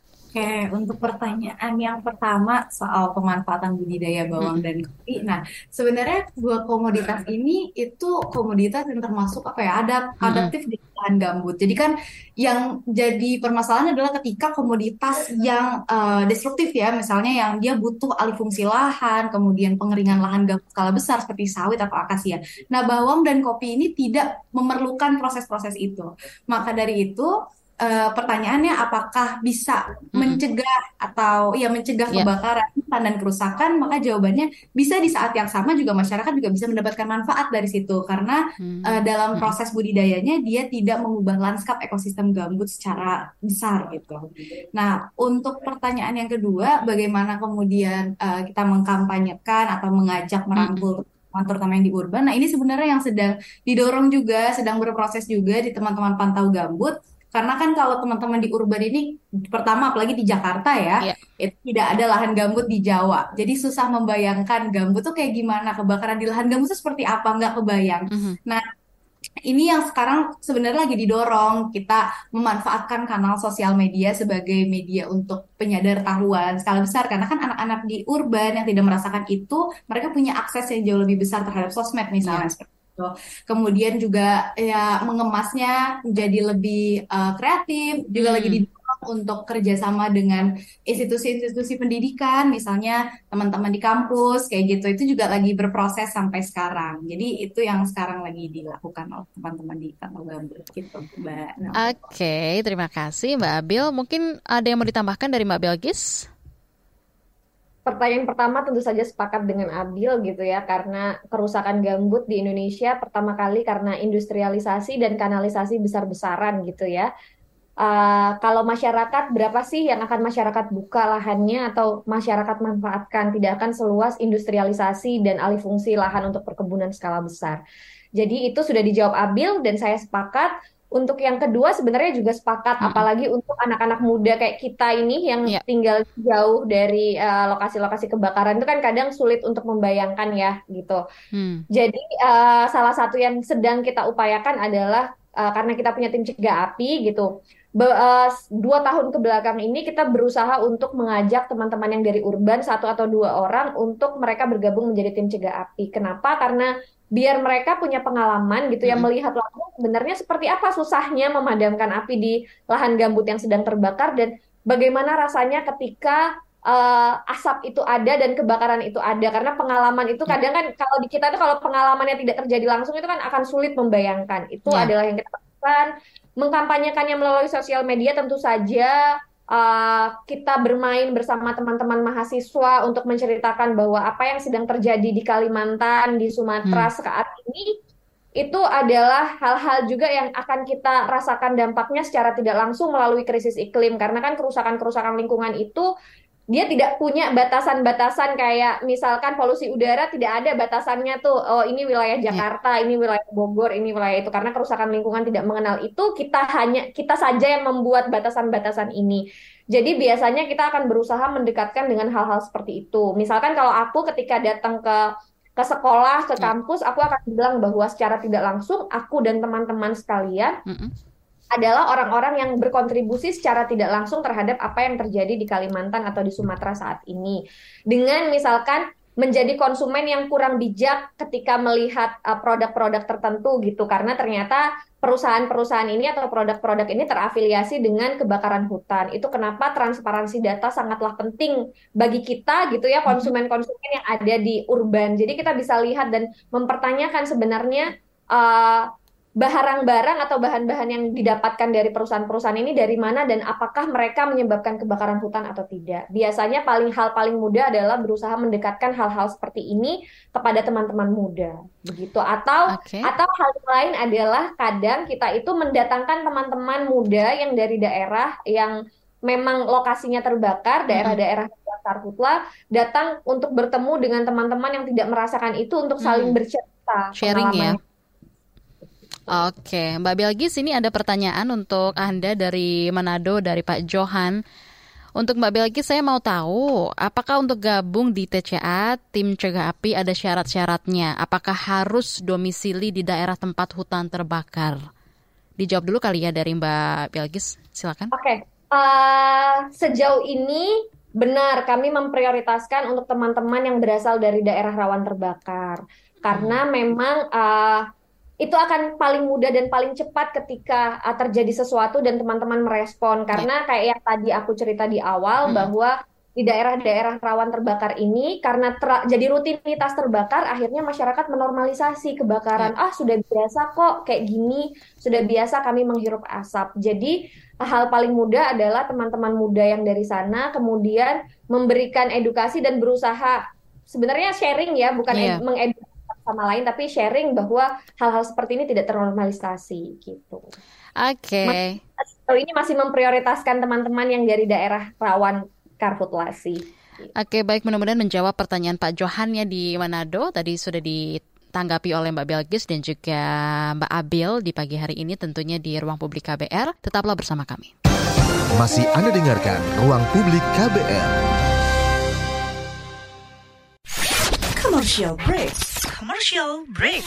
Oke, untuk pertanyaan yang pertama soal pemanfaatan budidaya bawang dan kopi. Nah, sebenarnya dua komoditas ini itu komoditas yang termasuk adaptif di lahan gambut. Jadi kan yang jadi permasalahan adalah ketika komoditas yang destruktif ya, misalnya yang dia butuh alih fungsi lahan, kemudian pengeringan lahan gambut skala besar seperti sawit atau akasia. Nah, bawang dan kopi ini tidak memerlukan proses-proses itu. Maka dari itu pertanyaannya apakah bisa mencegah kebakaran hutan dan kerusakan, maka jawabannya bisa. Di saat yang sama juga masyarakat juga bisa mendapatkan manfaat dari situ karena dalam proses budidayanya dia tidak mengubah lanskap ekosistem gambut secara besar gitu. Nah, untuk pertanyaan yang kedua, bagaimana kemudian kita mengkampanyekan atau mengajak merangkul terutama yang di urban. Nah, ini sebenarnya yang sedang didorong juga, sedang berproses juga di teman-teman pantau gambut. Karena kan kalau teman-teman di urban ini, pertama apalagi di Jakarta ya, itu tidak ada lahan gambut di Jawa. Jadi susah membayangkan gambut tuh kayak gimana, kebakaran di lahan gambut tuh seperti apa, nggak kebayang. Nah, ini yang sekarang sebenarnya lagi didorong, kita memanfaatkan kanal sosial media sebagai media untuk penyadartahuan skala besar. Karena kan anak-anak di urban yang tidak merasakan itu, mereka punya akses yang jauh lebih besar terhadap sosmed misalnya. Kemudian juga ya mengemasnya menjadi lebih kreatif, juga lagi didorong untuk kerjasama dengan institusi-institusi pendidikan, misalnya teman-teman di kampus kayak gitu, itu juga lagi berproses sampai sekarang. Jadi itu yang sekarang lagi dilakukan oleh teman-teman di Kantor Gambut gitu, Mbak. Oke, terima kasih Mbak Abil. Mungkin ada yang mau ditambahkan dari Mbak Bilqis? Pertanyaan pertama tentu saja sepakat dengan Abil gitu ya, karena kerusakan gambut di Indonesia pertama kali karena industrialisasi dan kanalisasi besar-besaran gitu ya. Kalau masyarakat, berapa sih yang akan masyarakat buka lahannya atau masyarakat manfaatkan? Tidak akan seluas industrialisasi dan alih fungsi lahan untuk perkebunan skala besar. Jadi itu sudah dijawab Abil dan saya sepakat. Untuk yang kedua sebenarnya juga sepakat, apalagi untuk anak-anak muda kayak kita ini yang tinggal jauh dari lokasi-lokasi kebakaran itu kan kadang sulit untuk membayangkan ya gitu. Jadi salah satu yang sedang kita upayakan adalah karena kita punya tim cegah api gitu. 2 tahun kebelakang ini kita berusaha untuk mengajak teman-teman yang dari urban 1 atau 2 orang untuk mereka bergabung menjadi tim cegah api. Kenapa? Karena biar mereka punya pengalaman gitu ya, melihat langsung sebenarnya seperti apa susahnya memadamkan api di lahan gambut yang sedang terbakar dan bagaimana rasanya ketika asap itu ada dan kebakaran itu ada. Karena pengalaman itu kadang kan kalau di kita tuh kalau pengalamannya tidak terjadi langsung itu kan akan sulit membayangkan. Itu adalah yang kita lakukan. Mengkampanyekannya melalui sosial media tentu saja. Kita bermain bersama teman-teman mahasiswa untuk menceritakan bahwa apa yang sedang terjadi di Kalimantan, di Sumatera saat ini itu adalah hal-hal juga yang akan kita rasakan dampaknya secara tidak langsung melalui krisis iklim, karena kan kerusakan-kerusakan lingkungan itu dia tidak punya batasan-batasan kayak misalkan polusi udara tidak ada batasannya tuh, oh ini wilayah Jakarta, ini wilayah Bogor, ini wilayah itu, karena kerusakan lingkungan tidak mengenal itu, kita saja yang membuat batasan-batasan ini. Jadi biasanya kita akan berusaha mendekatkan dengan hal-hal seperti itu. Misalkan kalau aku ketika datang ke sekolah, ke kampus, aku akan bilang bahwa secara tidak langsung aku dan teman-teman sekalian adalah orang-orang yang berkontribusi secara tidak langsung terhadap apa yang terjadi di Kalimantan atau di Sumatera saat ini. Dengan misalkan menjadi konsumen yang kurang bijak ketika melihat produk-produk tertentu gitu, karena ternyata perusahaan-perusahaan ini atau produk-produk ini terafiliasi dengan kebakaran hutan. Itu kenapa transparansi data sangatlah penting bagi kita gitu ya, konsumen-konsumen yang ada di urban. Jadi kita bisa lihat dan mempertanyakan sebenarnya barang-barang atau bahan-bahan yang didapatkan dari perusahaan-perusahaan ini dari mana dan apakah mereka menyebabkan kebakaran hutan atau tidak. Biasanya hal paling mudah adalah berusaha mendekatkan hal-hal seperti ini kepada teman-teman muda, begitu. Atau hal lain adalah kadang kita itu mendatangkan teman-teman muda yang dari daerah yang memang lokasinya terbakar, daerah-daerah karhutla, datang untuk bertemu dengan teman-teman yang tidak merasakan itu untuk saling bercerita. Sharing ya. Oke, Mbak Bilqis, ini ada pertanyaan untuk Anda dari Manado, dari Pak Johan. Untuk Mbak Bilqis, saya mau tahu, apakah untuk gabung di TCA, tim cegah api, ada syarat-syaratnya? Apakah harus domisili di daerah tempat hutan terbakar? Dijawab dulu kali ya dari Mbak Bilqis, silakan. Oke, sejauh ini benar kami memprioritaskan untuk teman-teman yang berasal dari daerah rawan terbakar. Karena memang itu akan paling mudah dan paling cepat ketika terjadi sesuatu dan teman-teman merespon. Karena kayak yang tadi aku cerita di awal bahwa di daerah-daerah rawan terbakar ini karena jadi rutinitas terbakar, akhirnya masyarakat menormalisasi kebakaran. Sudah biasa kok kayak gini, sudah biasa kami menghirup asap. Jadi hal paling mudah adalah teman-teman muda yang dari sana kemudian memberikan edukasi dan berusaha sebenarnya sharing ya, bukan mengedukasi sama lain, tapi sharing bahwa hal-hal seperti ini tidak ternormalisasi gitu. Oke. Ini masih memprioritaskan teman-teman yang dari daerah rawan karhutlasih. Oke, baik, mudah-mudahan menjawab pertanyaan Pak Johan ya di Manado. Tadi sudah ditanggapi oleh Mbak Bilqis dan juga Mbak Abil di pagi hari ini tentunya di Ruang Publik KBR. Tetaplah bersama kami. Masih Anda dengarkan Ruang Publik KBR. Commercial break. Commercial break.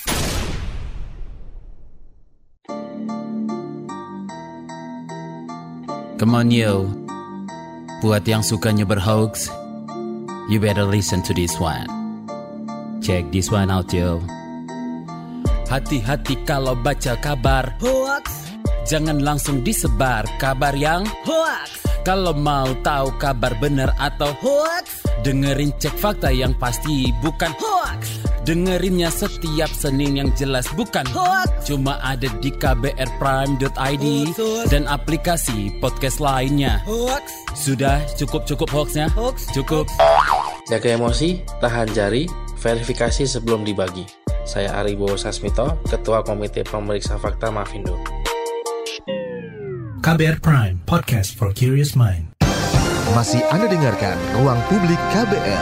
Come on yo, buat yang sukanya berhoax, you better listen to this one. Check this one out yo. Hati-hati kalau baca kabar hoax, Jangan langsung disebar kabar yang Hoax. Kalau mau tahu kabar benar atau Hoax. dengerin cek fakta yang pasti bukan Hoax. Dengerinnya setiap Senin yang jelas bukan Hoax. Cuma ada di kbrprime.id Betul. dan aplikasi podcast lainnya. Hoax. Sudah cukup hoaxnya? Hoax. Cukup. Jaga emosi, tahan jari, verifikasi sebelum dibagi. Saya Aribo Sasmito, Ketua Komite Pemeriksa Fakta Mafindo. KBR Prime, podcast for curious mind. Masih Anda dengarkan Ruang Publik KBR.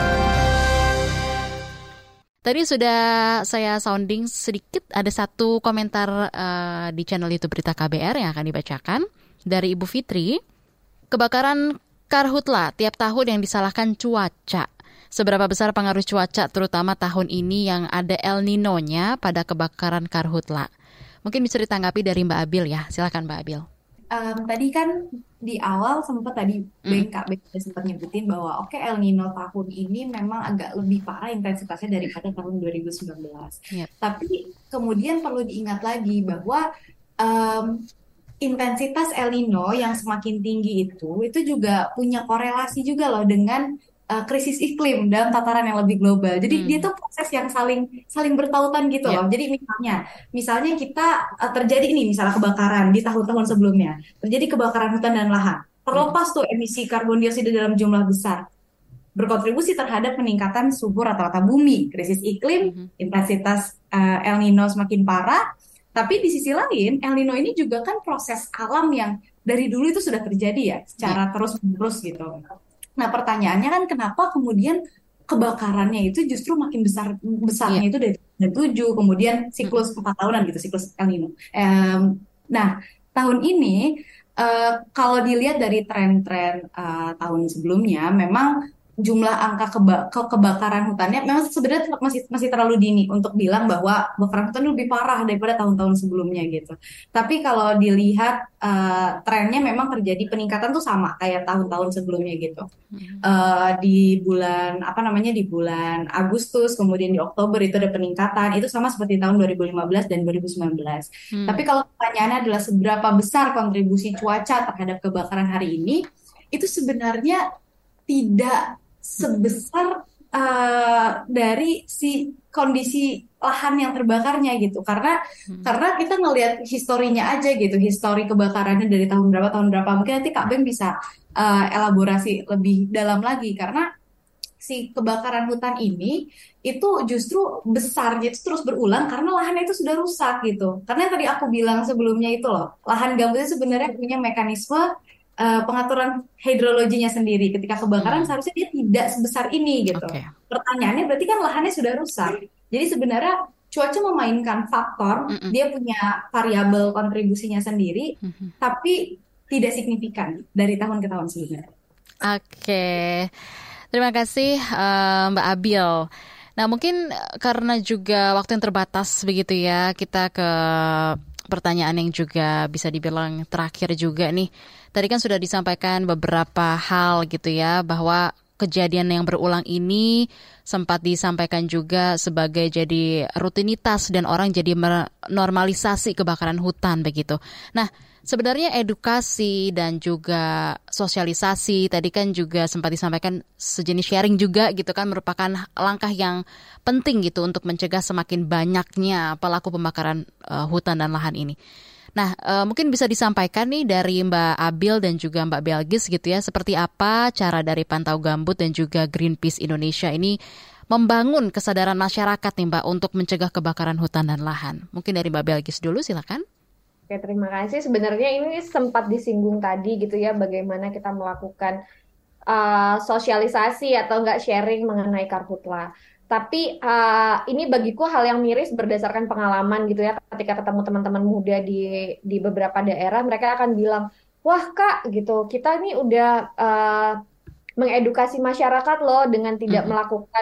Tadi sudah saya sounding sedikit, ada satu komentar di channel YouTube Berita KBR yang akan dibacakan dari Ibu Fitri. Kebakaran karhutla tiap tahun yang disalahkan cuaca. Seberapa besar pengaruh cuaca terutama tahun ini yang ada El Nino-nya pada kebakaran karhutla? Mungkin bisa ditanggapi dari Mbak Abil ya. Silakan Mbak Abil. Tadi kan di awal sempat tadi Kak Ben sempat nyebutin bahwa El Nino tahun ini memang agak lebih parah intensitasnya daripada tahun 2019. Yep. Tapi kemudian perlu diingat lagi bahwa intensitas El Nino yang semakin tinggi itu juga punya korelasi juga loh dengan krisis iklim dalam tataran yang lebih global. Jadi dia tuh proses yang saling bertautan gitu loh. Jadi misalnya kita terjadi ini misalnya kebakaran di tahun-tahun sebelumnya, terjadi kebakaran hutan dan lahan. Terlepas tuh emisi karbon dioksida dalam jumlah besar berkontribusi terhadap peningkatan suhu rata-rata bumi, krisis iklim, intensitas El Nino semakin parah. Tapi di sisi lain, El Nino ini juga kan proses alam yang dari dulu itu sudah terjadi ya, secara terus-menerus gitu. Nah pertanyaannya kan kenapa kemudian kebakarannya itu justru makin besarnya itu dari 7, kemudian siklus 4 tahunan gitu, siklus El Nino. Nah tahun ini kalau dilihat dari tren-tren tahun sebelumnya, memang jumlah angka kebakaran hutannya memang sebenarnya masih terlalu dini untuk bilang bahwa kebakaran hutan lebih parah daripada tahun-tahun sebelumnya gitu. Tapi kalau dilihat trennya memang terjadi peningkatan tuh sama kayak tahun-tahun sebelumnya gitu. Di bulan di bulan Agustus, kemudian di Oktober itu ada peningkatan, itu sama seperti tahun 2015 dan 2019. Tapi kalau pertanyaannya adalah seberapa besar kontribusi cuaca terhadap kebakaran hari ini, itu sebenarnya tidak sebesar dari si kondisi lahan yang terbakarnya gitu, karena kita ngelihat historinya aja gitu, histori kebakarannya dari tahun berapa, mungkin nanti Kak Ben bisa elaborasi lebih dalam lagi, karena si kebakaran hutan ini itu justru besarnya itu terus berulang karena lahannya itu sudah rusak gitu. Karena yang tadi aku bilang sebelumnya itu loh, lahan gambut itu sebenarnya punya mekanisme pengaturan hidrologinya sendiri. Ketika kebakaran seharusnya dia tidak sebesar ini gitu. Pertanyaannya berarti kan lahannya sudah rusak. Jadi sebenarnya cuaca memainkan faktor, dia punya variabel kontribusinya sendiri, tapi tidak signifikan dari tahun ke tahun sebelumnya. Oke, terima kasih Mbak Abil. Nah mungkin karena juga waktu yang terbatas begitu ya, kita ke pertanyaan yang juga bisa dibilang terakhir juga nih. Tadi kan sudah disampaikan beberapa hal gitu ya, bahwa kejadian yang berulang ini sempat disampaikan juga sebagai jadi rutinitas dan orang jadi menormalisasi kebakaran hutan begitu. Nah, sebenarnya edukasi dan juga sosialisasi tadi kan juga sempat disampaikan sejenis sharing juga gitu kan, merupakan langkah yang penting gitu untuk mencegah semakin banyaknya pelaku pembakaran hutan dan lahan ini. Nah, mungkin bisa disampaikan nih dari Mbak Abil dan juga Mbak Belgis gitu ya, seperti apa cara dari Pantau Gambut dan juga Greenpeace Indonesia ini membangun kesadaran masyarakat nih Mbak untuk mencegah kebakaran hutan dan lahan. Mungkin dari Mbak Belgis dulu, silakan. Oke, terima kasih. Sebenarnya ini sempat disinggung tadi gitu ya, bagaimana kita melakukan sosialisasi atau enggak sharing mengenai karhutla. Tapi ini bagiku hal yang miris berdasarkan pengalaman gitu ya, ketika ketemu teman-teman muda di beberapa daerah, mereka akan bilang, wah Kak gitu, kita ini udah mengedukasi masyarakat loh dengan tidak melakukan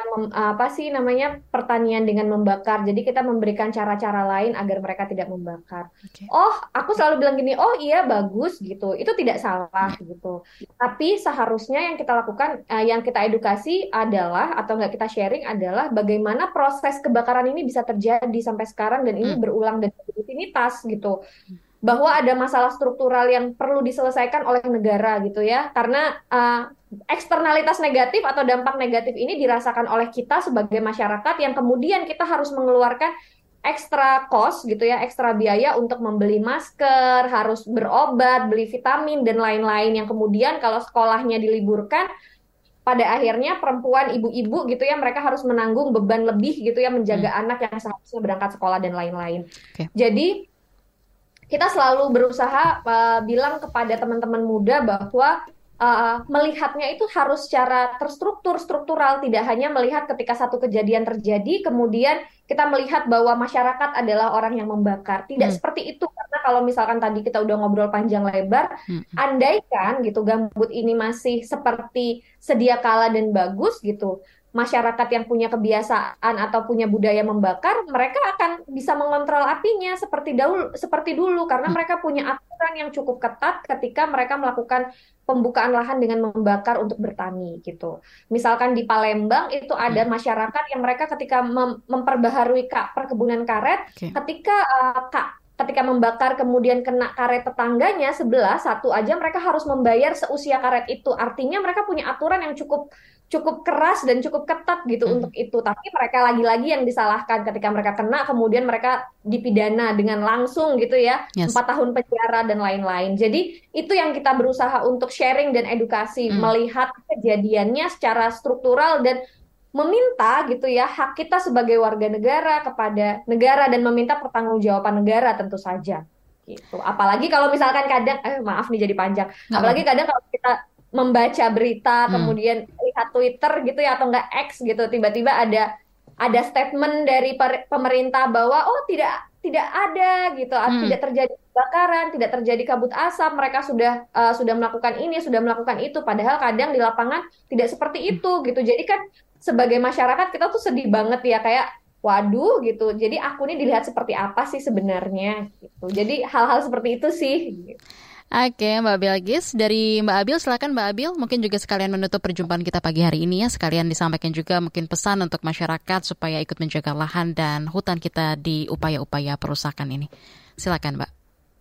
pertanian dengan membakar. Jadi kita memberikan cara-cara lain agar mereka tidak membakar. Oh, aku selalu bilang gini, oh iya bagus gitu. Itu tidak salah gitu. Tapi seharusnya yang kita lakukan, yang kita edukasi adalah atau nggak kita sharing adalah bagaimana proses kebakaran ini bisa terjadi sampai sekarang dan ini berulang dan rutinitas gitu. bahwa ada masalah struktural yang perlu diselesaikan oleh negara gitu ya. Karena eksternalitas negatif atau dampak negatif ini dirasakan oleh kita sebagai masyarakat yang kemudian kita harus mengeluarkan ekstra cost gitu ya, ekstra biaya untuk membeli masker, harus berobat, beli vitamin dan lain-lain yang kemudian kalau sekolahnya diliburkan pada akhirnya perempuan, ibu-ibu gitu ya, mereka harus menanggung beban lebih gitu ya, menjaga anak yang seharusnya berangkat sekolah dan lain-lain. Jadi kita selalu berusaha bilang kepada teman-teman muda bahwa melihatnya itu harus secara struktural, tidak hanya melihat ketika satu kejadian terjadi, kemudian kita melihat bahwa masyarakat adalah orang yang membakar. Tidak seperti itu, karena kalau misalkan tadi kita udah ngobrol panjang lebar, andaikan gitu gambut ini masih seperti sedia kala dan bagus gitu, masyarakat yang punya kebiasaan atau punya budaya membakar, mereka akan bisa mengontrol apinya seperti dulu karena mereka punya aturan yang cukup ketat ketika mereka melakukan pembukaan lahan dengan membakar untuk bertani gitu. Misalkan di Palembang itu ada masyarakat yang mereka ketika memperbaharui perkebunan karet, ketika membakar kemudian kena karet tetangganya sebelah satu aja, mereka harus membayar seusia karet itu. Artinya mereka punya aturan yang cukup keras dan cukup ketat gitu untuk itu. Tapi mereka lagi-lagi yang disalahkan ketika mereka kena, kemudian mereka dipidana dengan langsung gitu ya, 4 tahun penjara dan lain-lain. Jadi itu yang kita berusaha untuk sharing dan edukasi, melihat kejadiannya secara struktural dan meminta gitu ya hak kita sebagai warga negara kepada negara dan meminta pertanggungjawaban negara tentu saja gitu. Apalagi kalau misalkan kadang maaf nih jadi panjang. Apalagi kadang kalau kita membaca berita kemudian lihat Twitter gitu ya atau enggak X gitu, tiba-tiba ada statement dari pemerintah bahwa tidak ada gitu, tidak terjadi kebakaran, tidak terjadi kabut asap, mereka sudah melakukan ini, sudah melakukan itu, padahal kadang di lapangan tidak seperti itu gitu. Jadi kan sebagai masyarakat kita tuh sedih banget ya, kayak waduh gitu. Jadi aku ini dilihat seperti apa sih sebenarnya gitu. Jadi hal-hal seperti itu sih gitu. Oke, Mbak Bilqis. Dari Mbak Abil, silakan Mbak Abil. Mungkin juga sekalian menutup perjumpaan kita pagi hari ini ya. Sekalian disampaikan juga mungkin pesan untuk masyarakat supaya ikut menjaga lahan dan hutan kita di upaya-upaya perusakan ini. Silakan Mbak.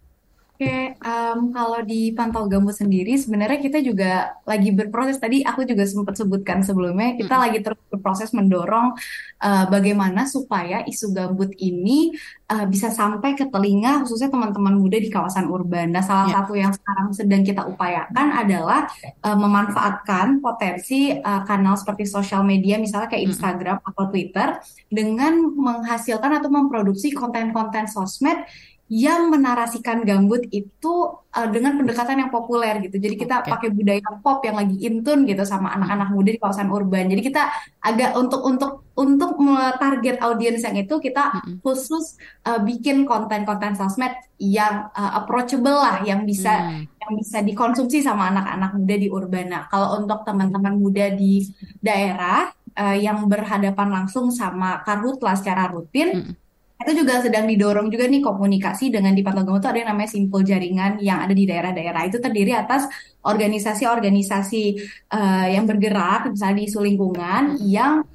Oke, kalau di Pantau Gambut sendiri sebenarnya kita juga lagi berproses. Tadi aku juga sempat sebutkan sebelumnya, kita lagi terus berproses mendorong bagaimana supaya isu gambut ini bisa sampai ke telinga khususnya teman-teman muda di kawasan urban. Nah, salah satu yang sekarang sedang kita upayakan adalah memanfaatkan potensi kanal seperti sosial media, misalnya kayak Instagram atau Twitter, dengan menghasilkan atau memproduksi konten-konten sosmed yang menarasikan gambut itu dengan pendekatan yang populer gitu. Jadi kita pakai budaya pop yang lagi intun gitu sama anak-anak muda di kawasan urban. Jadi kita agak untuk target audiens yang itu kita khusus bikin konten-konten sosmed yang approachable lah, yang bisa dikonsumsi sama anak-anak muda di urban. Nah, kalau untuk teman-teman muda di daerah yang berhadapan langsung sama karhutla secara rutin, itu juga sedang didorong juga nih komunikasi dengan di Pantau Gambut itu ada yang namanya simpul jaringan yang ada di daerah-daerah. Itu terdiri atas organisasi-organisasi yang bergerak misalnya di isu lingkungan yang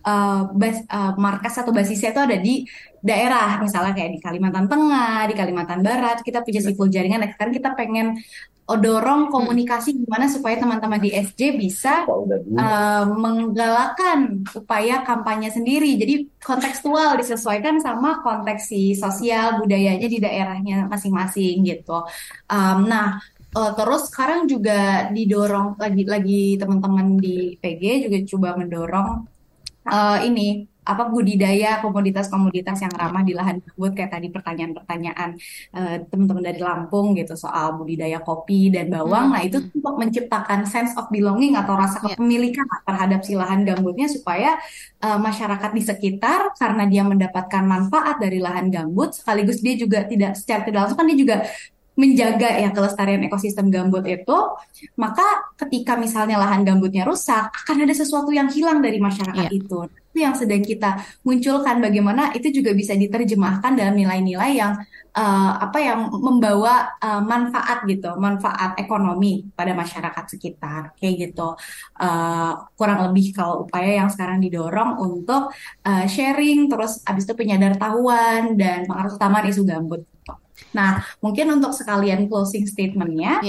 markas atau basisnya itu ada di daerah, misalnya kayak di Kalimantan Tengah, di Kalimantan Barat, kita punya simpul jaringan. Nah, sekarang kita pengen dorong komunikasi gimana supaya teman-teman di SJ bisa menggalakkan upaya kampanye sendiri. Jadi kontekstual disesuaikan sama konteks sosial budayanya di daerahnya masing-masing gitu. Terus sekarang juga didorong lagi teman-teman di PG juga coba mendorong budidaya komoditas-komoditas yang ramah di lahan gambut, kayak tadi pertanyaan-pertanyaan teman-teman dari Lampung gitu soal budidaya kopi dan bawang. Nah, itu untuk menciptakan sense of belonging atau rasa kepemilikan terhadap si lahan gambutnya supaya masyarakat di sekitar, karena dia mendapatkan manfaat dari lahan gambut, sekaligus dia juga secara tidak langsung kan dia juga menjaga ya kelestarian ekosistem gambut itu. Maka ketika misalnya lahan gambutnya rusak, akan ada sesuatu yang hilang dari masyarakat itu. Itu yang sedang kita munculkan, bagaimana itu juga bisa diterjemahkan dalam nilai-nilai yang yang membawa manfaat gitu, manfaat ekonomi pada masyarakat sekitar, kayak gitu. Kurang lebih kalau upaya yang sekarang didorong untuk sharing, terus abis itu penyadar tahuan dan pengaruh utama isu gambut. Nah, mungkin untuk sekalian closing statement-nya,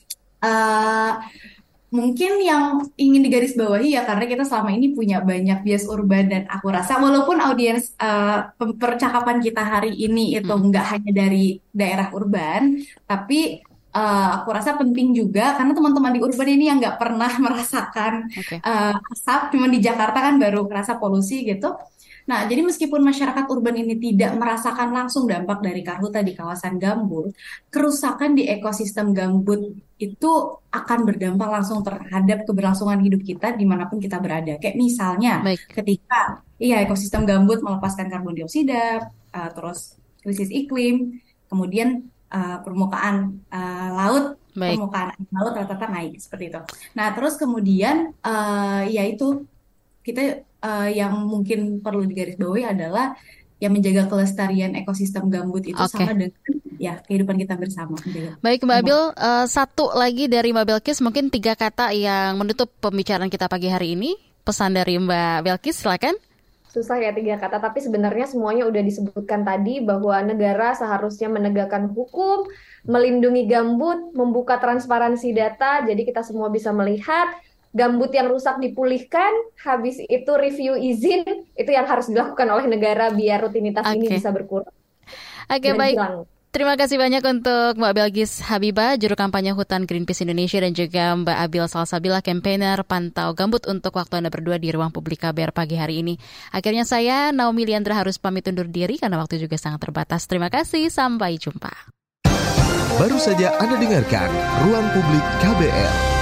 mungkin yang ingin digarisbawahi ya, karena kita selama ini punya banyak bias urban, dan aku rasa walaupun audiens percakapan kita hari ini itu nggak hanya dari daerah urban, tapi aku rasa penting juga karena teman-teman di urban ini yang nggak pernah merasakan asap, cuma di Jakarta kan baru kerasa polusi gitu. Nah, jadi meskipun masyarakat urban ini tidak merasakan langsung dampak dari karhutla di kawasan gambut, kerusakan di ekosistem gambut itu akan berdampak langsung terhadap keberlangsungan hidup kita dimanapun kita berada. Kayak misalnya ketika ekosistem gambut melepaskan karbon dioksida, terus krisis iklim, kemudian permukaan laut, permukaan laut rata-rata naik seperti itu. Nah, terus kemudian yaitu kita yang mungkin perlu digarisbawahi adalah yang menjaga kelestarian ekosistem gambut itu sama dengan kehidupan kita bersama. Baik Mbak Abil, satu lagi dari Mbak Belkis, mungkin 3 kata yang menutup pembicaraan kita pagi hari ini. Pesan dari Mbak Belkis, silakan. Susah ya 3 kata, tapi sebenarnya semuanya udah disebutkan tadi, bahwa negara seharusnya menegakkan hukum, melindungi gambut, membuka transparansi data, jadi kita semua bisa melihat. Gambut yang rusak dipulihkan, habis itu review izin, itu yang harus dilakukan oleh negara biar rutinitas ini bisa berkurang. Baik. Terima kasih banyak untuk Mbak Belkis Habibah, juru kampanye Hutan Greenpeace Indonesia, dan juga Mbak Abil Salsabila, campaigner pantau gambut, untuk waktu Anda berdua di Ruang Publik KBR pagi hari ini. Akhirnya saya, Naomi Liandra, harus pamit undur diri karena waktu juga sangat terbatas. Terima kasih, sampai jumpa. Baru saja Anda dengarkan Ruang Publik KBR.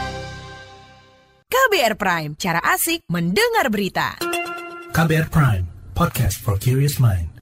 KBR Prime, cara asik mendengar berita. KBR Prime, podcast for curious mind.